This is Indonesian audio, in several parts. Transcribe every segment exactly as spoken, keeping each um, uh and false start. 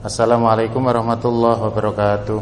Assalamualaikum warahmatullahi wabarakatuh.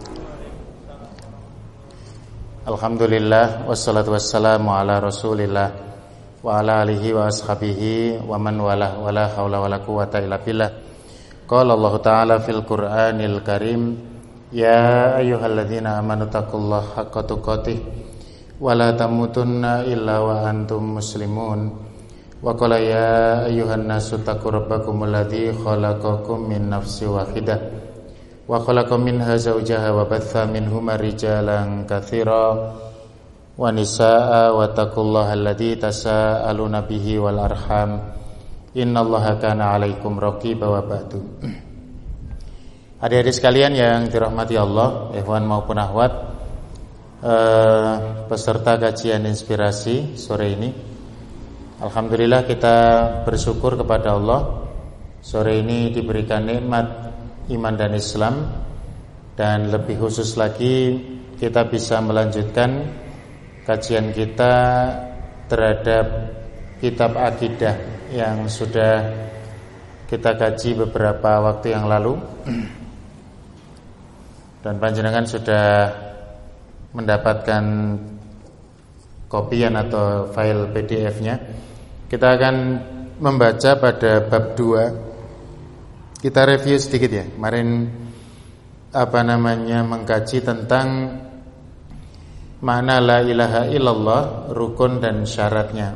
Alhamdulillah wassalatu wassalamu ala Rasulillah wa ala alihi wa ashabihi wa man wala wala haula wala quwata illa billah. Qala Allah Ta'ala fil Qur'anil Karim, ya ayyuhalladzina amanu taqullaha haqqa tuqatih wa la tamutunna illa wa antum muslimun. Wa qala ya ayyuhan nasu taqu rabbakumul ladzi khalaqakum min nafsin wahidah wa khalaqa minha zawjaha wa batha minhuma rijalan katsira wa nisaa wa taqullaha alladzi tasaaluna bihi wal arham innallaha kana 'alaikum raqiba wa ba'du. Adik-adik sekalian yang dirahmati Allah, ikhwan maupun akhwat, eh, peserta kajian inspirasi sore ini, alhamdulillah kita bersyukur kepada Allah. Sore ini diberikan nikmat iman dan Islam, dan lebih khusus lagi kita bisa melanjutkan kajian kita terhadap kitab akidah yang sudah kita kaji beberapa waktu yang lalu, dan panjenengan sudah mendapatkan kopian atau file P D F-nya. Kita akan membaca pada bab dua. Kita review sedikit ya. Kemarin apa namanya mengkaji tentang makna la ilaha illallah, rukun dan syaratnya.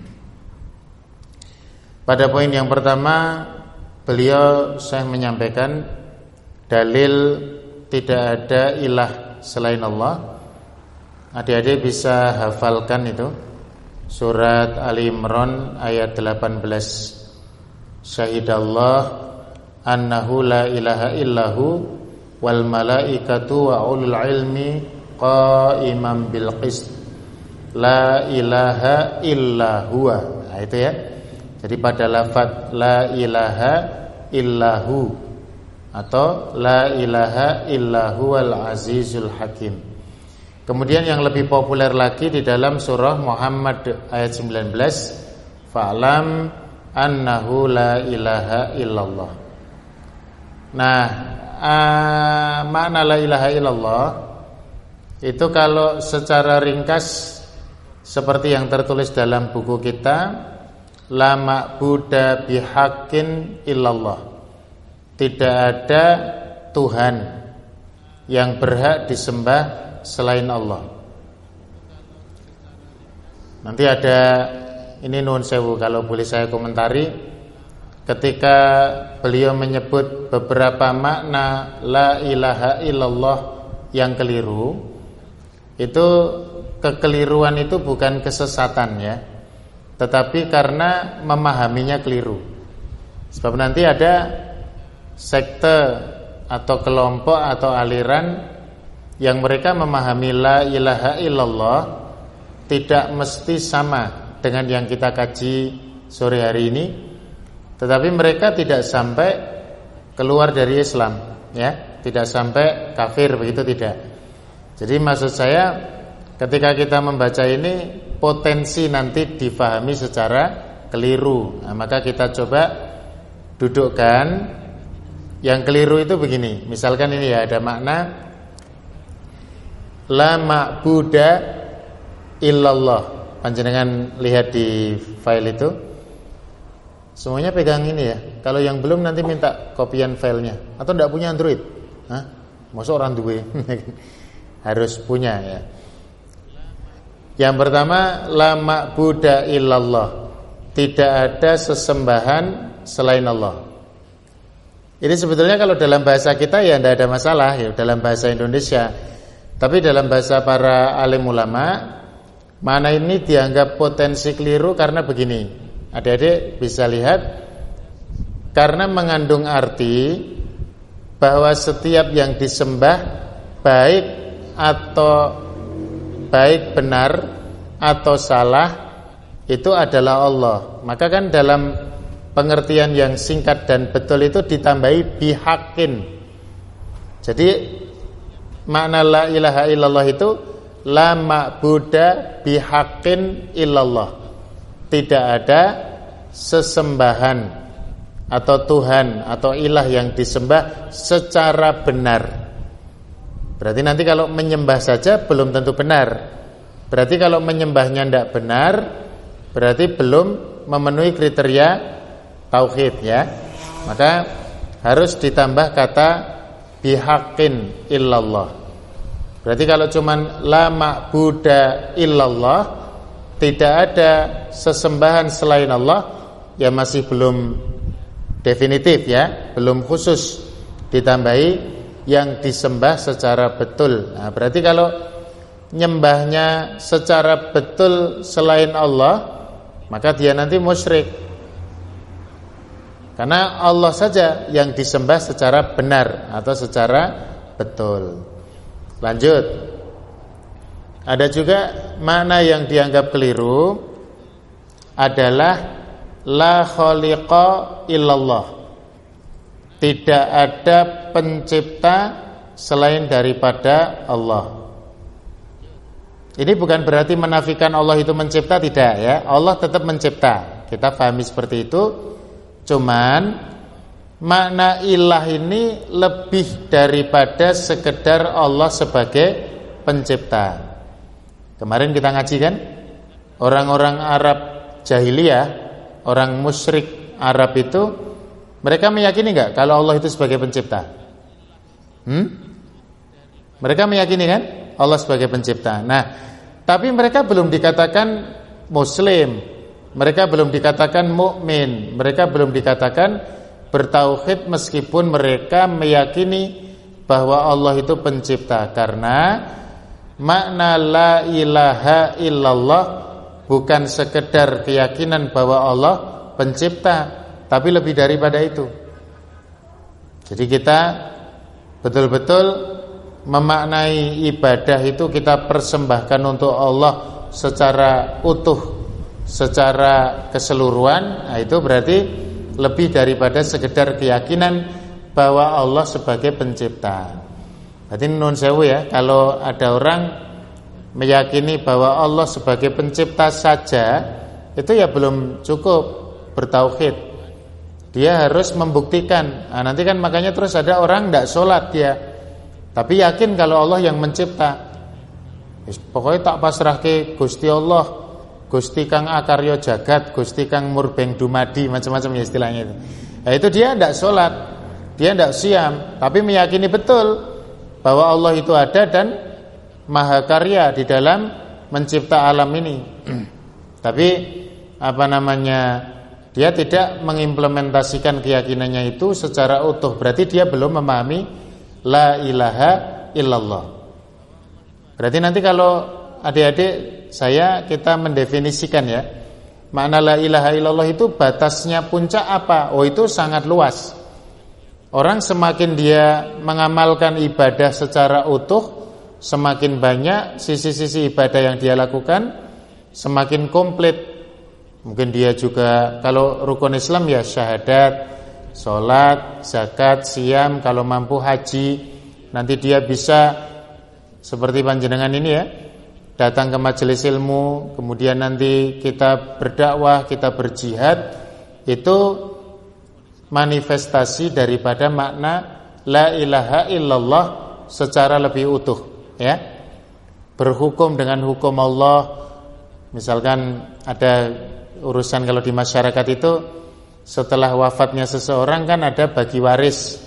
Pada poin yang pertama, beliau saya menyampaikan dalil tidak ada ilah selain Allah. Adik-adik bisa hafalkan itu surat Ali Imran ayat delapan belas. Syahidallah annahu la ilaha illahu wal malaikatu wa ulul ilmi qaiman bil qist la ilaha illa huwa. Nah, itu ya. Jadi pada lafaz la ilaha illahu atau la ilaha illa huwal azizul hakim. Kemudian yang lebih populer lagi di dalam surah Muhammad ayat sembilan belas, fa'lam annahu la ilaha illallah. Nah, uh, makna la ilaha illallah itu kalau secara ringkas seperti yang tertulis dalam buku kita, la ma'buda bihaqqin illallah. Tidak ada Tuhan yang berhak disembah selain Allah. Nanti ada ini nun sewu kalau boleh saya komentari, ketika beliau menyebut beberapa makna la ilaha illallah yang keliru, itu kekeliruan itu bukan kesesatan ya, tetapi karena memahaminya keliru. Sebab nanti ada sekte atau kelompok atau aliran yang mereka memahami la ilaha illallah tidak mesti sama dengan yang kita kaji sore hari ini, tetapi mereka tidak sampai keluar dari Islam ya, tidak sampai kafir, begitu tidak. Jadi maksud saya ketika kita membaca ini potensi nanti difahami secara keliru. Nah, maka kita coba dudukkan yang keliru itu begini. Misalkan ini ya, ada makna la ma'buda illallah. Panjenengan lihat di file itu. Semuanya pegang ini ya. Kalau yang belum nanti minta kopian filenya. Atau tidak punya Android? Hah? Masa orang duwe? Harus punya ya. Yang pertama, la ma'buda illallah. Tidak ada sesembahan selain Allah. Ini sebetulnya kalau dalam bahasa kita ya tidak ada masalah ya, dalam bahasa Indonesia. Tapi dalam bahasa para alim ulama, mana ini dianggap potensi keliru karena begini. Adik-adik bisa lihat, karena mengandung arti bahwa setiap yang disembah baik atau baik benar atau salah itu adalah Allah. Maka kan dalam pengertian yang singkat dan betul itu ditambahi bihaqqin. Jadi makna la ilaha illallah itu la ma'buda bihaqqin illallah. Tidak ada sesembahan atau Tuhan atau ilah yang disembah secara benar. Berarti nanti kalau menyembah saja belum tentu benar. Berarti kalau menyembahnya tidak benar, berarti belum memenuhi kriteria tauhid ya. Maka harus ditambah kata bihaqqin illallah. Berarti kalau cuman la ma'buda illallah, tidak ada sesembahan selain Allah, ya masih belum definitif ya, belum khusus. Ditambahi yang disembah secara betul. Nah, berarti kalau nyembahnya secara betul selain Allah, maka dia nanti musyrik. Karena Allah saja yang disembah secara benar atau secara betul. Lanjut. Ada juga makna yang dianggap keliru adalah la khaliqa illallah. Tidak ada pencipta selain daripada Allah. Ini bukan berarti menafikan Allah itu mencipta, tidak ya. Allah tetap mencipta. Kita pahami seperti itu. Cuman makna ilah ini lebih daripada sekedar Allah sebagai pencipta. Kemarin kita ngaji kan, orang-orang Arab jahiliyah, orang musyrik Arab itu, mereka meyakini enggak kalau Allah itu sebagai pencipta? Hmm? Mereka meyakini kan Allah sebagai pencipta. Nah, tapi mereka belum dikatakan muslim, mereka belum dikatakan mukmin, mereka belum dikatakan bertauhid meskipun mereka meyakini bahwa Allah itu pencipta. Karena makna la ilaha illallah bukan sekedar keyakinan bahwa Allah pencipta, tapi lebih daripada itu. Jadi kita betul-betul memaknai ibadah itu kita persembahkan untuk Allah secara utuh, secara keseluruhan. Nah, itu berarti lebih daripada sekedar keyakinan bahwa Allah sebagai pencipta. Berarti nun sewu ya, kalau ada orang meyakini bahwa Allah sebagai pencipta saja, itu ya belum cukup bertauhid. Dia harus membuktikan. Nah, nanti kan makanya terus ada orang tidak sholat dia, tapi yakin kalau Allah yang mencipta. Pokoknya tak pasrah ke Gusti Allah, Gusti Kang Akaryo Jagat, Gusti Kang Murbeng Dumadi, macam-macam ya istilahnya itu. Nah, itu dia tidak sholat, dia tidak siam, tapi meyakini betul bahwa Allah itu ada dan maha karya di dalam mencipta alam ini. Tapi apa namanya, dia tidak mengimplementasikan keyakinannya itu secara utuh. Berarti dia belum memahami la ilaha illallah. Berarti nanti kalau adik-adik saya kita mendefinisikan ya, makna la ilaha illallah itu batasnya puncak apa? Oh, itu sangat luas. Orang semakin dia mengamalkan ibadah secara utuh, semakin banyak sisi-sisi ibadah yang dia lakukan, semakin komplit. Mungkin dia juga kalau rukun Islam ya syahadat, sholat, zakat, siam, kalau mampu haji. Nanti dia bisa seperti panjenengan ini ya, datang ke majelis ilmu, kemudian nanti kita berdakwah, kita berjihad. Itu manifestasi daripada makna la ilaha illallah secara lebih utuh ya. Berhukum dengan hukum Allah. Misalkan ada urusan kalau di masyarakat itu, setelah wafatnya seseorang kan ada bagi waris.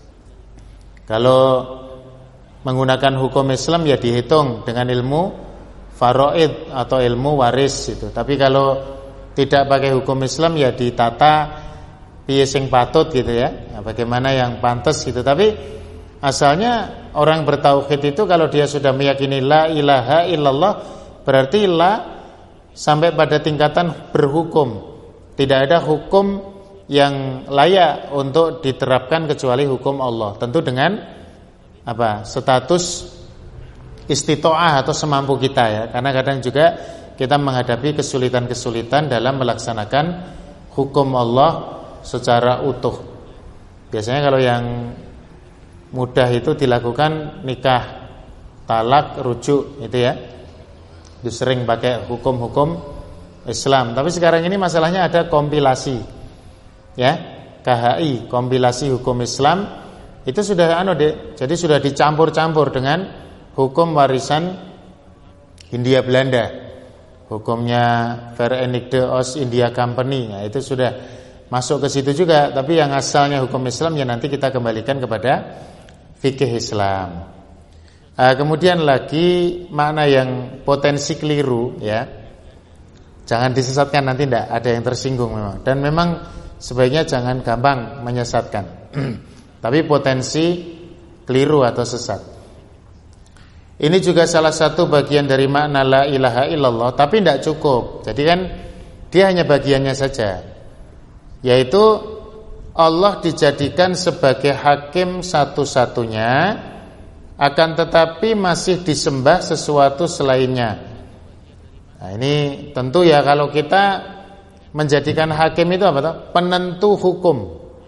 Kalau menggunakan hukum Islam ya dihitung dengan ilmu faraid atau ilmu waris itu. Tapi kalau tidak pakai hukum Islam ya ditata piye sing patut gitu ya. Nah, bagaimana yang pantas gitu. Tapi asalnya orang bertauhid itu kalau dia sudah meyakini la ilaha illallah, berarti la sampai pada tingkatan berhukum. Tidak ada hukum yang layak untuk diterapkan kecuali hukum Allah. Tentu dengan apa? Status istitoah atau semampu kita ya. Karena kadang juga kita menghadapi kesulitan-kesulitan dalam melaksanakan hukum Allah secara utuh. Biasanya kalau yang mudah itu dilakukan nikah, talak, rujuk itu ya. Itu sering pakai hukum-hukum Islam. Tapi sekarang ini masalahnya ada kompilasi. Ya. K H I, kompilasi hukum Islam, itu sudah anu deh, jadi sudah dicampur-campur dengan hukum warisan Hindia Belanda, hukumnya Verenigde Oost India Company. Nah, itu sudah masuk ke situ juga, tapi yang asalnya hukum Islam ya nanti kita kembalikan kepada fikih Islam. Nah, kemudian lagi makna yang potensi keliru ya. Jangan disesatkan, nanti tidak ada yang tersinggung memang. Dan memang sebaiknya jangan gampang menyesatkan. Tapi potensi keliru atau sesat. Ini juga salah satu bagian dari makna la ilaha illallah, tapi tidak cukup. Jadi kan dia hanya bagiannya saja, yaitu Allah dijadikan sebagai hakim satu-satunya, akan tetapi masih disembah sesuatu selainnya. Nah, ini tentu ya, kalau kita menjadikan hakim itu apa toh? Penentu hukum.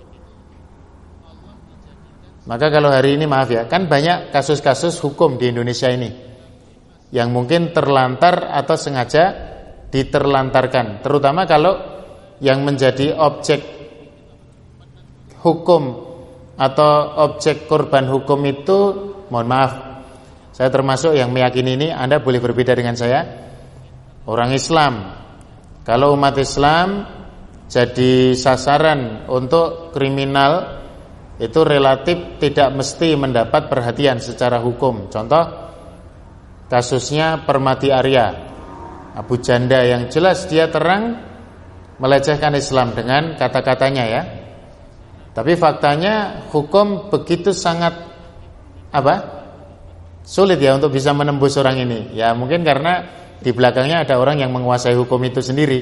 Maka kalau hari ini maaf ya, kan banyak kasus-kasus hukum di Indonesia ini yang mungkin terlantar atau sengaja diterlantarkan, terutama kalau yang menjadi objek hukum atau objek korban hukum itu, mohon maaf, saya termasuk yang meyakini ini, Anda boleh berbeda dengan saya, orang Islam. Kalau umat Islam jadi sasaran untuk kriminal, itu relatif tidak mesti mendapat perhatian secara hukum. Contoh kasusnya Permati Arya, Abu Janda, yang jelas dia terang melecehkan Islam dengan kata-katanya ya. Tapi faktanya hukum begitu sangat apa? Sulit ya untuk bisa menembus orang ini. Ya mungkin karena di belakangnya ada orang yang menguasai hukum itu sendiri.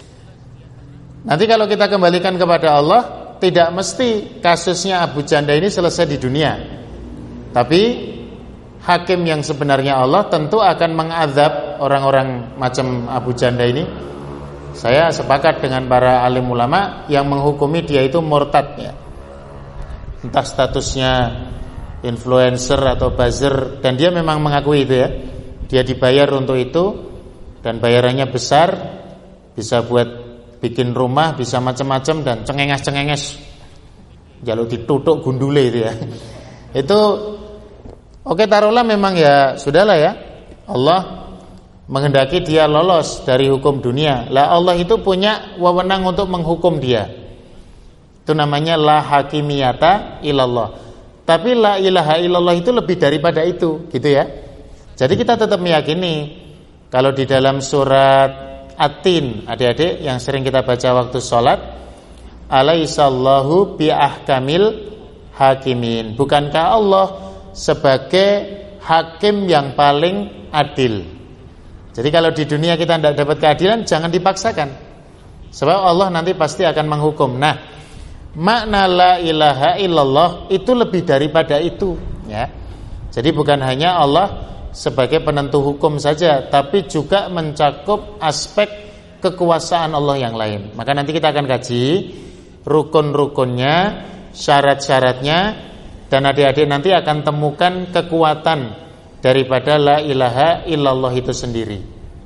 Nanti kalau kita kembalikan kepada Allah, tidak mesti kasusnya Abu Janda ini selesai di dunia. Tapi hakim yang sebenarnya Allah tentu akan mengadab orang-orang macam Abu Janda ini. Saya sepakat dengan para alim ulama yang menghukumi dia itu murtad ya. Entah statusnya influencer atau buzzer, dan dia memang mengakui itu ya. Dia dibayar untuk itu, dan bayarannya besar, bisa buat bikin rumah, bisa macam-macam, dan cengenges-cengenges jaluk ditutuk gundule itu ya. Itu oke, taruhlah memang ya sudahlah ya, Allah menghendaki dia lolos dari hukum dunia. Lah Allah itu punya wewenang untuk menghukum dia. Itu namanya la hakimiyata illallah. Tapi la ilaha illallah itu lebih daripada itu, gitu ya. Jadi kita tetap meyakini kalau di dalam surat At-Tin, adik-adik yang sering kita baca waktu sholat, alaihissallahu biahkamil hakimin. Bukankah Allah sebagai hakim yang paling adil? Jadi kalau di dunia kita tidak dapat keadilan, jangan dipaksakan, sebab Allah nanti pasti akan menghukum. Nah, makna la ilaha illallah itu lebih daripada itu ya. Jadi bukan hanya Allah sebagai penentu hukum saja, tapi juga mencakup aspek kekuasaan Allah yang lain. Maka nanti kita akan kaji rukun-rukunnya, syarat-syaratnya, dan adik-adik nanti akan temukan kekuatan daripada la ilaha illallah itu sendiri.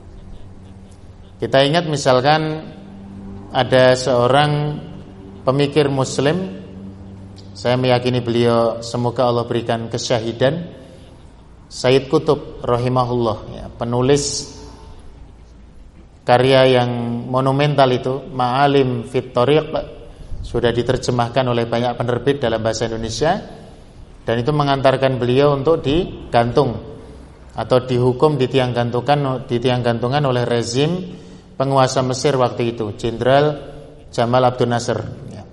Kita ingat misalkan ada seorang pemikir muslim, saya meyakini beliau semoga Allah berikan kesyahidan, Sayyid Qutb rahimahullah ya, penulis karya yang monumental itu Ma'alim fit Thariq, sudah diterjemahkan oleh banyak penerbit dalam bahasa Indonesia, dan itu mengantarkan beliau untuk digantung atau dihukum di tiang gantungan di tiang gantungan oleh rezim penguasa Mesir waktu itu, Jenderal Jamal Abdul Nasser ya.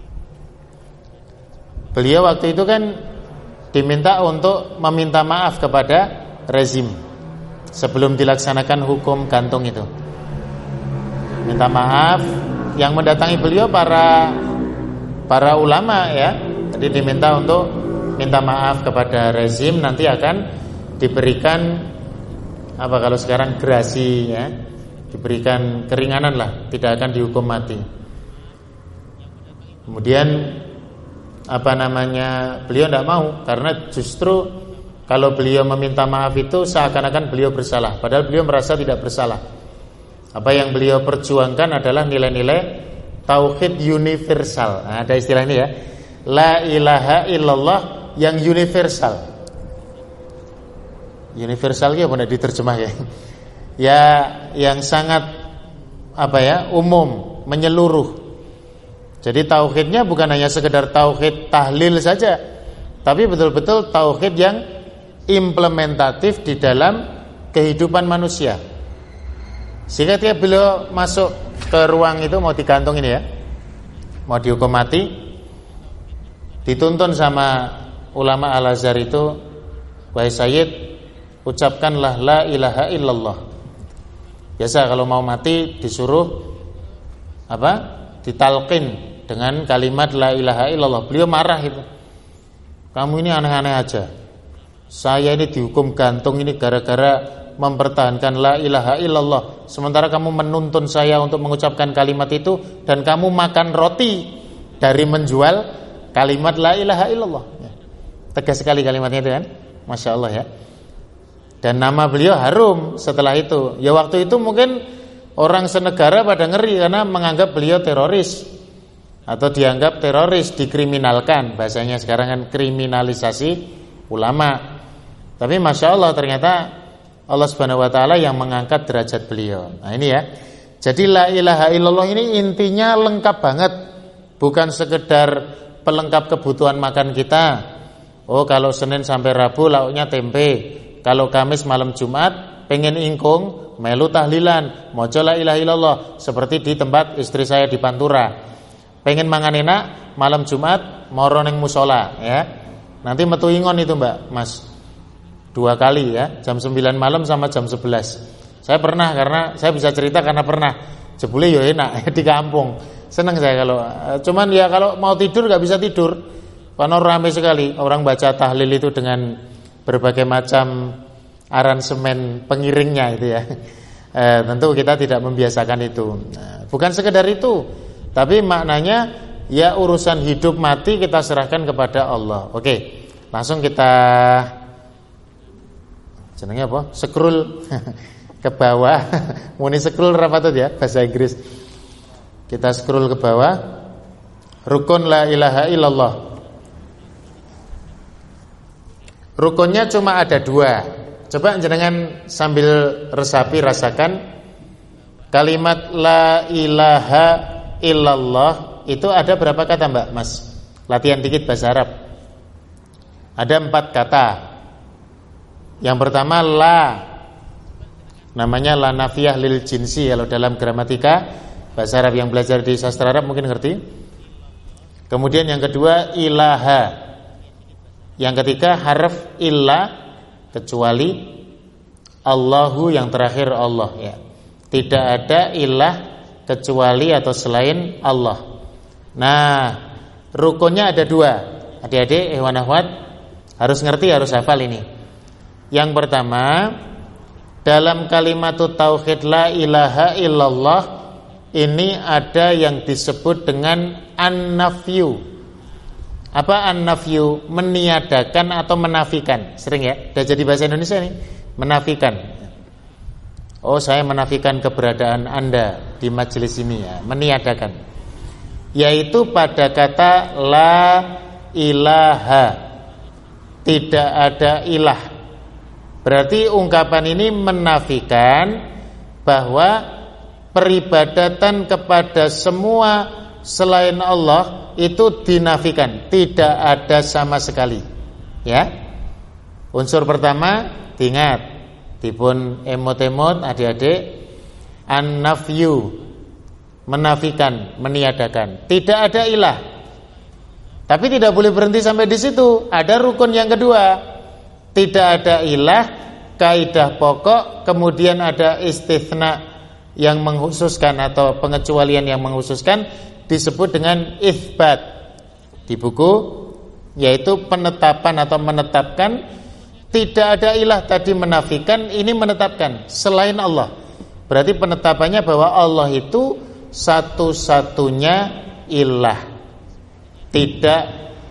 Beliau waktu itu kan diminta untuk meminta maaf kepada rezim sebelum dilaksanakan hukum gantung itu. Minta maaf, yang mendatangi beliau para para ulama ya. Jadi diminta untuk minta maaf kepada rezim, nanti akan diberikan apa kalau sekarang gerasi ya, diberikan keringanan lah, tidak akan dihukum mati. Kemudian apa namanya, beliau tidak mau, karena justru kalau beliau meminta maaf itu seakan-akan beliau bersalah, padahal beliau merasa tidak bersalah. Apa yang beliau perjuangkan adalah nilai-nilai tauhid universal. Nah, ada istilah ini ya. La ilaha illallah yang universal. Universal ya benar diterjemah ya. Ya yang sangat apa ya? Umum, menyeluruh. Jadi tauhidnya bukan hanya sekedar tauhid tahlil saja, tapi betul-betul tauhid yang implementatif di dalam kehidupan manusia. Sehingga ketika beliau masuk ke ruang itu mau digantung ini ya, mau dihukum mati, dituntun sama ulama Al-Azhar itu, wahai Sayyid, ucapkanlah la ilaha illallah. Biasa kalau mau mati disuruh apa? Ditalqin dengan kalimat la ilaha illallah. Beliau marah itu. Kamu ini aneh-aneh aja. Saya ini dihukum gantung ini gara-gara mempertahankan la ilaha illallah. Sementara kamu menuntun saya untuk mengucapkan kalimat itu, dan kamu makan roti dari menjual kalimat la ilaha illallah. Tegas sekali kalimatnya itu kan. Masya Allah ya. Dan nama beliau harum setelah itu. Ya waktu itu mungkin orang senegara pada ngeri karena menganggap beliau teroris, atau dianggap teroris, dikriminalkan. Bahasanya sekarang kan kriminalisasi ulama. Tapi Masya Allah ternyata Allah Subhanahu Wa Taala yang mengangkat derajat beliau. Nah ini ya. Jadi la ilaha illallah ini intinya lengkap banget. Bukan sekedar pelengkap kebutuhan makan kita. Oh kalau Senin sampai Rabu lauknya tempe. Kalau Kamis malam Jumat pengen ingkung, melu tahlilan, mojo la ilaha illallah. Seperti di tempat istri saya di Pantura. Pengen mangan enak, malam Jumat moro ning musola ya. Nanti metu ingon itu Mbak, Mas. Dua kali ya, jam sembilan malam sama jam sebelas. Saya pernah, karena saya bisa cerita karena pernah. Jebule yo enak di kampung. Seneng saya kalau cuman ya kalau mau tidur enggak bisa tidur. Karena ramai sekali orang baca tahlil itu dengan berbagai macam aransemen pengiringnya itu ya. Eh, tentu kita tidak membiasakan itu. Nah, bukan sekedar itu, tapi maknanya ya urusan hidup mati kita serahkan kepada Allah. Oke, langsung kita jenenge apa? Scroll ke bawah. Muni scroll apa tuh ya bahasa Inggris. Kita scroll ke bawah. Rukun la ilaha illallah. Rukunnya cuma ada dua. Coba jenengan sambil resapi rasakan kalimat la ilaha illallah itu ada berapa kata Mbak Mas? Latihan dikit bahasa Arab. Ada empat kata. Yang pertama la, namanya la nafiyah lil jinsi. Kalau dalam gramatika bahasa Arab yang belajar di sastra Arab mungkin ngerti. Kemudian yang kedua ilaha. Yang ketiga harf illa, kecuali. Allahu yang terakhir Allah ya. Tidak ada ilah kecuali atau selain Allah. Nah, rukunnya ada dua. Adik-adik, ikhwan akhwat harus ngerti, harus hafal ini. Yang pertama, dalam kalimat tauhid la ilaha illallah ini ada yang disebut dengan an-nafyu. Apa an-nafyu? Meniadakan atau menafikan. Sering ya, udah jadi bahasa Indonesia nih. Menafikan. Oh, saya menafikan keberadaan Anda di majelis ini ya. Meniadakan. Yaitu pada kata la ilaha. Tidak ada ilah. Berarti ungkapan ini menafikan bahwa peribadatan kepada semua selain Allah itu dinafikan, tidak ada sama sekali. Ya. Unsur pertama diingat, dipun emot-emot adik-adik, an-nafyu, menafikan, meniadakan. Tidak ada ilah. Tapi tidak boleh berhenti sampai di situ. Ada rukun yang kedua. Tidak ada ilah, kaidah pokok, kemudian ada istitsna yang mengkhususkan atau pengecualian yang mengkhususkan, disebut dengan itsbat di buku, yaitu penetapan atau menetapkan. Tidak ada ilah tadi menafikan, ini menetapkan selain Allah. Berarti penetapannya bahwa Allah itu satu-satunya ilah, tidak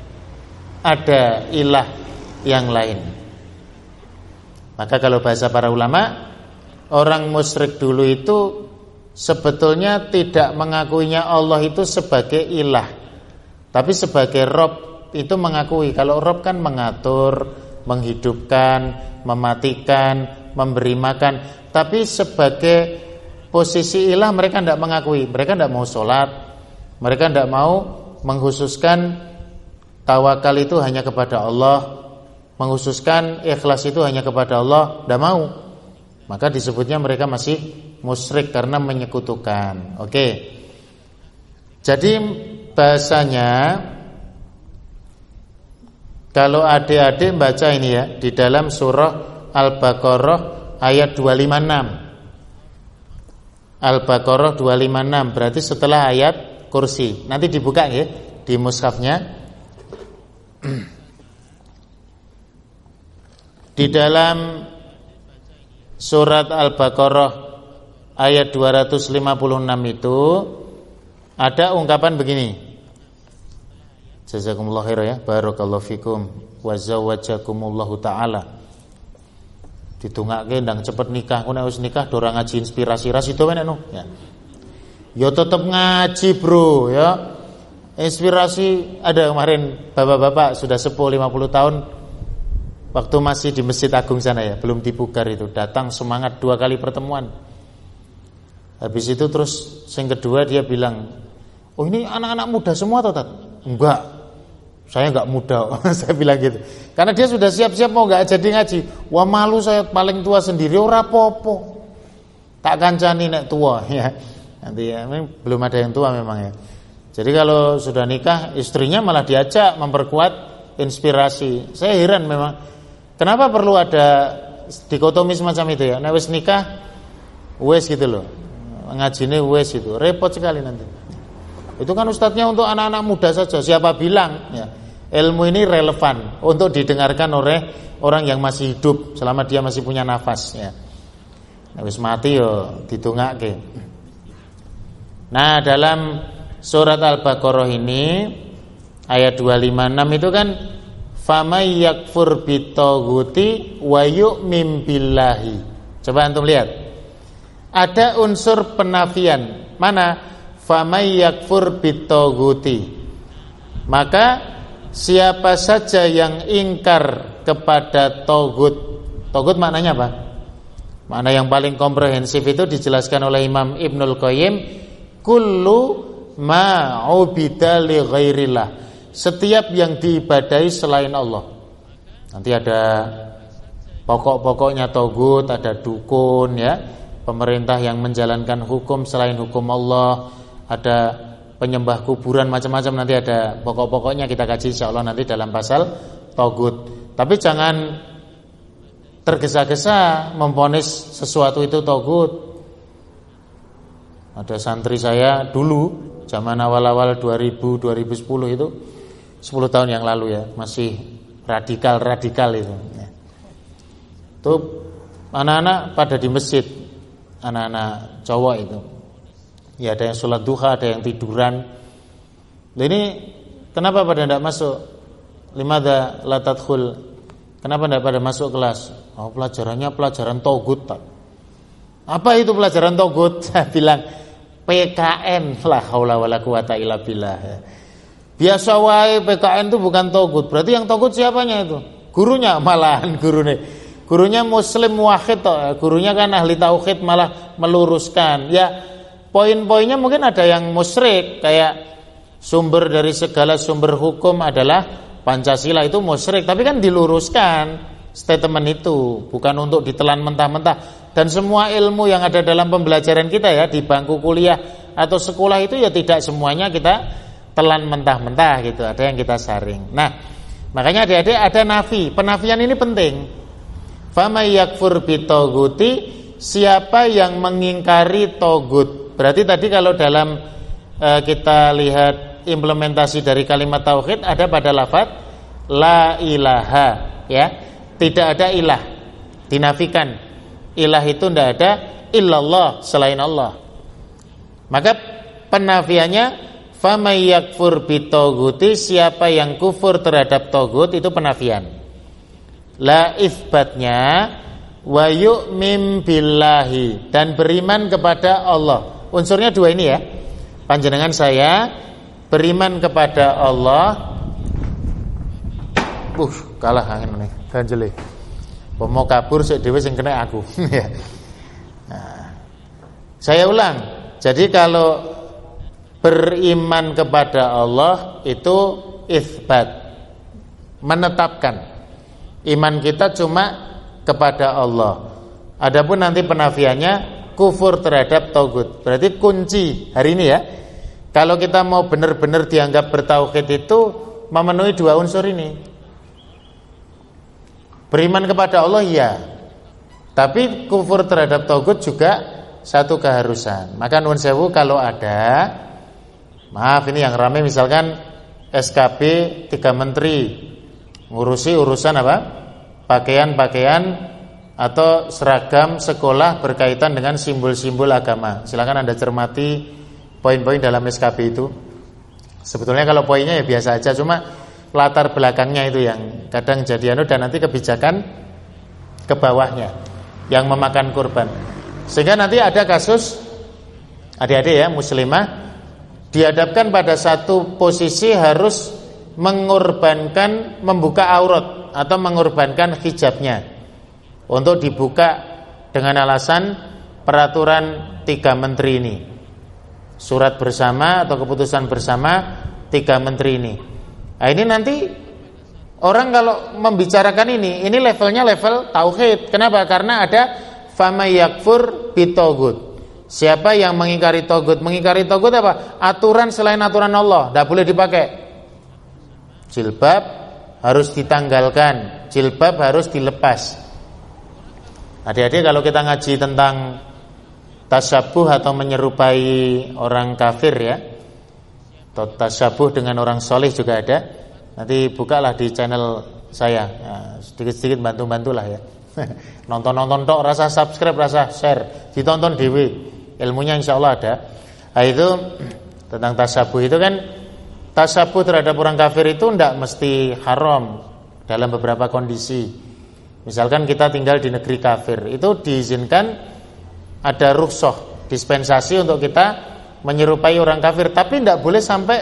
ada ilah yang lain. Maka kalau bahasa para ulama, orang musyrik dulu itu sebetulnya tidak mengakuinya Allah itu sebagai ilah, tapi sebagai Rob itu mengakui. Kalau Rob kan mengatur, menghidupkan, mematikan, memberi makan. Tapi sebagai posisi ilah mereka tidak mengakui. Mereka tidak mau sholat, mereka tidak mau mengkhususkan tawakal itu hanya kepada Allah, mengkhususkan ikhlas itu hanya kepada Allah, tidak mau. Maka disebutnya mereka masih musyrik karena menyekutukan. Oke. Jadi bahasanya, kalau adik-adik baca ini ya, di dalam surah Al-Baqarah ayat dua ratus lima puluh enam. Al-Baqarah dua ratus lima puluh enam, berarti setelah ayat kursi. Nanti dibuka ya di mushafnya. Di dalam surat Al-Baqarah ayat dua ratus lima puluh enam itu ada ungkapan begini. Jazakumullah khair ya, barakallahu fikum wa zawwajakumullahu taala. Ditungake ndang cepet nikah, ku nek wis nikah dorang ngaji inspirasi ras itu enak no ya. Ya tetep ngaji, Bro, ya. Inspirasi ada kemarin bapak-bapak sudah sepuh lima puluh tahun waktu masih di Masjid Agung sana ya, belum dipugar itu, datang semangat dua kali pertemuan. Habis itu terus yang kedua dia bilang, "Oh, ini anak-anak muda semua toh, Tat?" "Enggak. Saya enggak muda." Saya bilang gitu. Karena dia sudah siap-siap mau enggak jadi ngaji. "Wah, malu saya paling tua sendiri, ora apa-apa. Tak kancani nek tua." Ya. Nanti ya, belum ada yang tua memang ya. Jadi kalau sudah nikah, istrinya malah diajak memperkuat inspirasi. Saya heran memang. Kenapa perlu ada dikotomi semacam itu ya? Nek wis nikah wes gitu loh. Ngajine wes itu. Repot sekali nanti. Itu kan ustadznya untuk anak-anak muda saja. Siapa bilang ya, ilmu ini relevan untuk didengarkan oleh orang yang masih hidup selama dia masih punya nafas ya. Nek wis mati yo didongake. Nah, dalam surat Al-Baqarah ini ayat dua ratus lima puluh enam itu kan famay yakfur bitaghuti wa yu'min billahi. Coba antum lihat. Ada unsur penafian. Mana? Famay yakfur bitaghuti. Maka siapa saja yang ingkar kepada taghut. Taghut maknanya apa? Makna yang paling komprehensif itu dijelaskan oleh Imam Ibnul Qayyim, kullu ma ubida li ghairillah. Setiap yang diibadahi selain Allah. Nanti ada pokok-pokoknya taghut, ada dukun ya, pemerintah yang menjalankan hukum selain hukum Allah, ada penyembah kuburan macam-macam, nanti ada pokok-pokoknya kita kaji insyaallah nanti dalam pasal taghut. Tapi jangan tergesa-gesa memvonis sesuatu itu taghut. Ada santri saya dulu zaman awal-awal dua ribu dua ribu sepuluh itu, sepuluh tahun yang lalu ya, masih radikal-radikal itu ya. Tuh anak-anak pada di masjid, anak-anak cowok itu. Ya ada yang sholat duha, ada yang tiduran. Nah, ini kenapa pada tidak masuk? Limadza la tadkhul? Kenapa tidak pada masuk kelas? Oh, pelajarannya pelajaran taghut. Apa itu pelajaran taghut? Saya bilang P K N, la haula wala quwata illa billah. Biasa wae P K N itu bukan taghut. Berarti yang taghut siapanya itu? Gurunya, malahan gurunya. Gurunya muslim muwahhid toh. Gurunya kan ahli tauhid, malah meluruskan. Ya, poin-poinnya mungkin ada yang musyrik, kayak sumber dari segala sumber hukum adalah Pancasila, itu musyrik, tapi kan diluruskan statement itu, bukan untuk ditelan mentah-mentah. Dan semua ilmu yang ada dalam pembelajaran kita ya, di bangku kuliah atau sekolah itu ya tidak semuanya kita telan mentah-mentah gitu, ada yang kita saring. Nah, makanya adik-adik ada nafi. Penafian ini penting. Famay yakfur bitaghuti, siapa yang mengingkari taghut. Berarti tadi kalau dalam e, kita lihat implementasi dari kalimat tauhid ada pada lafaz la ilaha ya, tidak ada ilah, dinafikan. Ilah itu tidak ada, illallah, selain Allah. Maka penafiannya famay yakfur bitaghuti, siapa yang kufur terhadap taghut, itu penafian. La itsbatnya wa yu'min billahi, dan beriman kepada Allah. unsurnya dua ini ya. Panjenengan saya beriman kepada Allah. Uh, kalah angin nih, ganjele. Mau kabur sik dhewe sing kena aku. Nah, saya ulang. Jadi kalau beriman kepada Allah itu itsbat, menetapkan iman kita cuma kepada Allah. Adapun nanti penafiannya kufur terhadap tauhid. Berarti kunci hari ini ya, kalau kita mau benar-benar dianggap bertauhid itu memenuhi dua unsur ini. Beriman kepada Allah ya, tapi kufur terhadap tauhid juga satu keharusan. Maka nuwun sewu kalau ada, maaf ini yang ramai misalkan S K B tiga menteri ngurusi urusan apa? Pakaian-pakaian atau seragam sekolah berkaitan dengan simbol-simbol agama. Silakan Anda cermati poin-poin dalam S K B itu. Sebetulnya kalau poinnya ya biasa aja, cuma latar belakangnya itu yang kadang jadi anu, dan nanti kebijakan ke bawahnya yang memakan korban. Sehingga nanti ada kasus adik-adik ya muslimah dihadapkan pada satu posisi harus mengorbankan membuka aurat atau mengorbankan hijabnya untuk dibuka dengan alasan peraturan tiga menteri ini, surat bersama atau keputusan bersama tiga menteri ini. Nah ini nanti orang kalau membicarakan ini, ini levelnya level tauhid. Kenapa? Karena ada fama yakfur bitogut. Siapa yang mengingkari togut? Mengingkari togut apa? Aturan selain aturan Allah tidak boleh dipakai. Jilbab harus ditanggalkan, jilbab harus dilepas. Adik-adik kalau kita ngaji tentang tasyabuh atau menyerupai orang kafir ya, atau tasyabuh dengan orang soleh juga ada. Nanti bukalah di channel saya ya, sedikit-sedikit bantu-bantulah ya. Nonton-nonton tok, rasa subscribe, rasa share, ditonton dewe, ilmunya insya Allah ada. Nah, itu tentang tasyabuh itu kan, tasyabuh terhadap orang kafir itu tidak mesti haram dalam beberapa kondisi. Misalkan kita tinggal di negeri kafir, itu diizinkan, ada rukhsah, dispensasi untuk kita menyerupai orang kafir, tapi tidak boleh sampai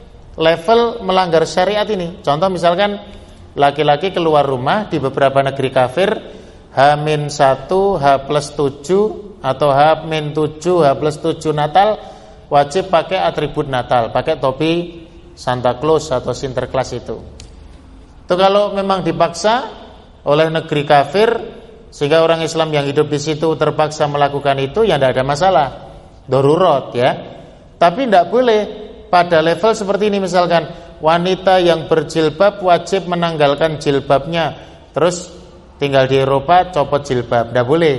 level melanggar syariat ini. Contoh misalkan laki-laki keluar rumah di beberapa negeri kafir H minus satu, H plus tujuh atau H minus tujuh, H plus tujuh Natal wajib pakai atribut Natal, pakai topi Santa Claus atau Sinterklas itu. Itu kalau memang dipaksa oleh negeri kafir sehingga orang Islam yang hidup di situ terpaksa melakukan itu, ya tidak ada masalah, darurat ya. Tapi tidak boleh pada level seperti ini, misalkan wanita yang berjilbab wajib menanggalkan jilbabnya, terus tinggal di Eropa copot jilbab, tidak boleh.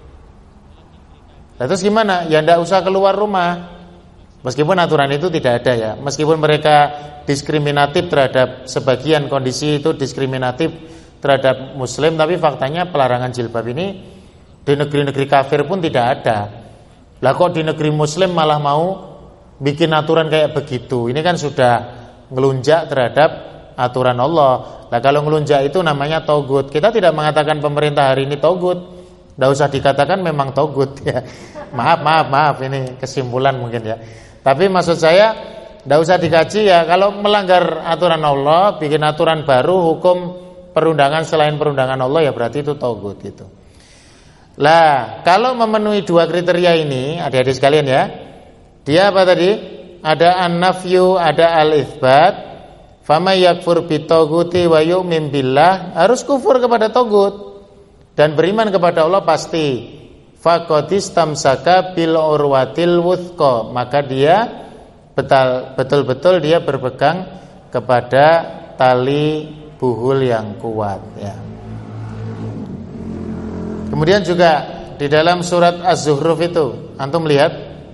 Nah, terus gimana? Ya tidak usah keluar rumah. Meskipun aturan itu tidak ada ya, meskipun mereka diskriminatif terhadap sebagian kondisi itu diskriminatif terhadap muslim, tapi faktanya pelarangan jilbab ini di negeri-negeri kafir pun tidak ada. Lah kok di negeri muslim malah mau bikin aturan kayak begitu? Ini kan sudah ngelunjak terhadap aturan Allah. Nah kalau ngelunjak itu namanya togut. Kita tidak mengatakan pemerintah hari ini togut, tidak usah dikatakan memang togut ya. Maaf maaf maaf ini kesimpulan mungkin ya. Tapi maksud saya tidak usah dikaji ya. Kalau melanggar aturan Allah, bikin aturan baru, hukum perundangan selain perundangan Allah, ya berarti itu togut gitu. Lah kalau memenuhi dua kriteria ini adik-adik sekalian ya, dia apa tadi? Ada an-nafyu, ada al-itsbat. Fama yakfur bitoguti wa yu'min billah, harus kufur kepada togut dan beriman kepada Allah pasti. Faqadistamsaka bil urwatil wuthqa, maka dia betul, betul-betul dia berpegang kepada tali buhul yang kuat ya. Kemudian juga di dalam surat Az-Zukhruf itu antum lihat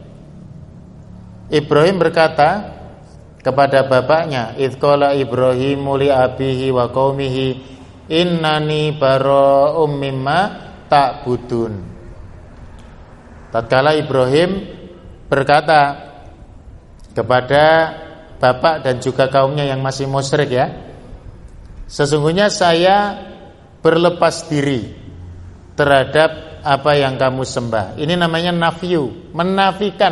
Ibrahim berkata kepada bapaknya, idz qala Ibrahimu li abihi wa qaumihi innani bara'um mimma ta'budun. Tatkala Ibrahim berkata kepada bapak dan juga kaumnya yang masih musyrik ya, sesungguhnya saya berlepas diri terhadap apa yang kamu sembah. Ini namanya nafyu, menafikan.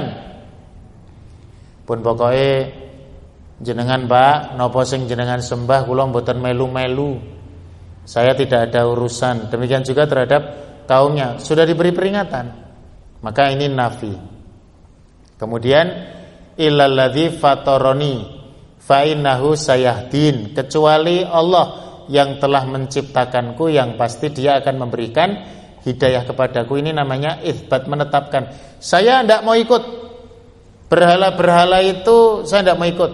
Pun pokoknya jenengan Pak, napa sing jenengan sembah kula mboten melu-melu. Saya tidak ada urusan. Demikian juga terhadap kaumnya, sudah diberi peringatan. Maka ini nafi. Kemudian illalladzi fatarani fa innahu sayahdin, kecuali Allah yang telah menciptakanku, yang pasti dia akan memberikan hidayah kepadaku. Ini namanya itsbat, menetapkan. Saya tidak mau ikut berhala-berhala itu, saya tidak mau ikut.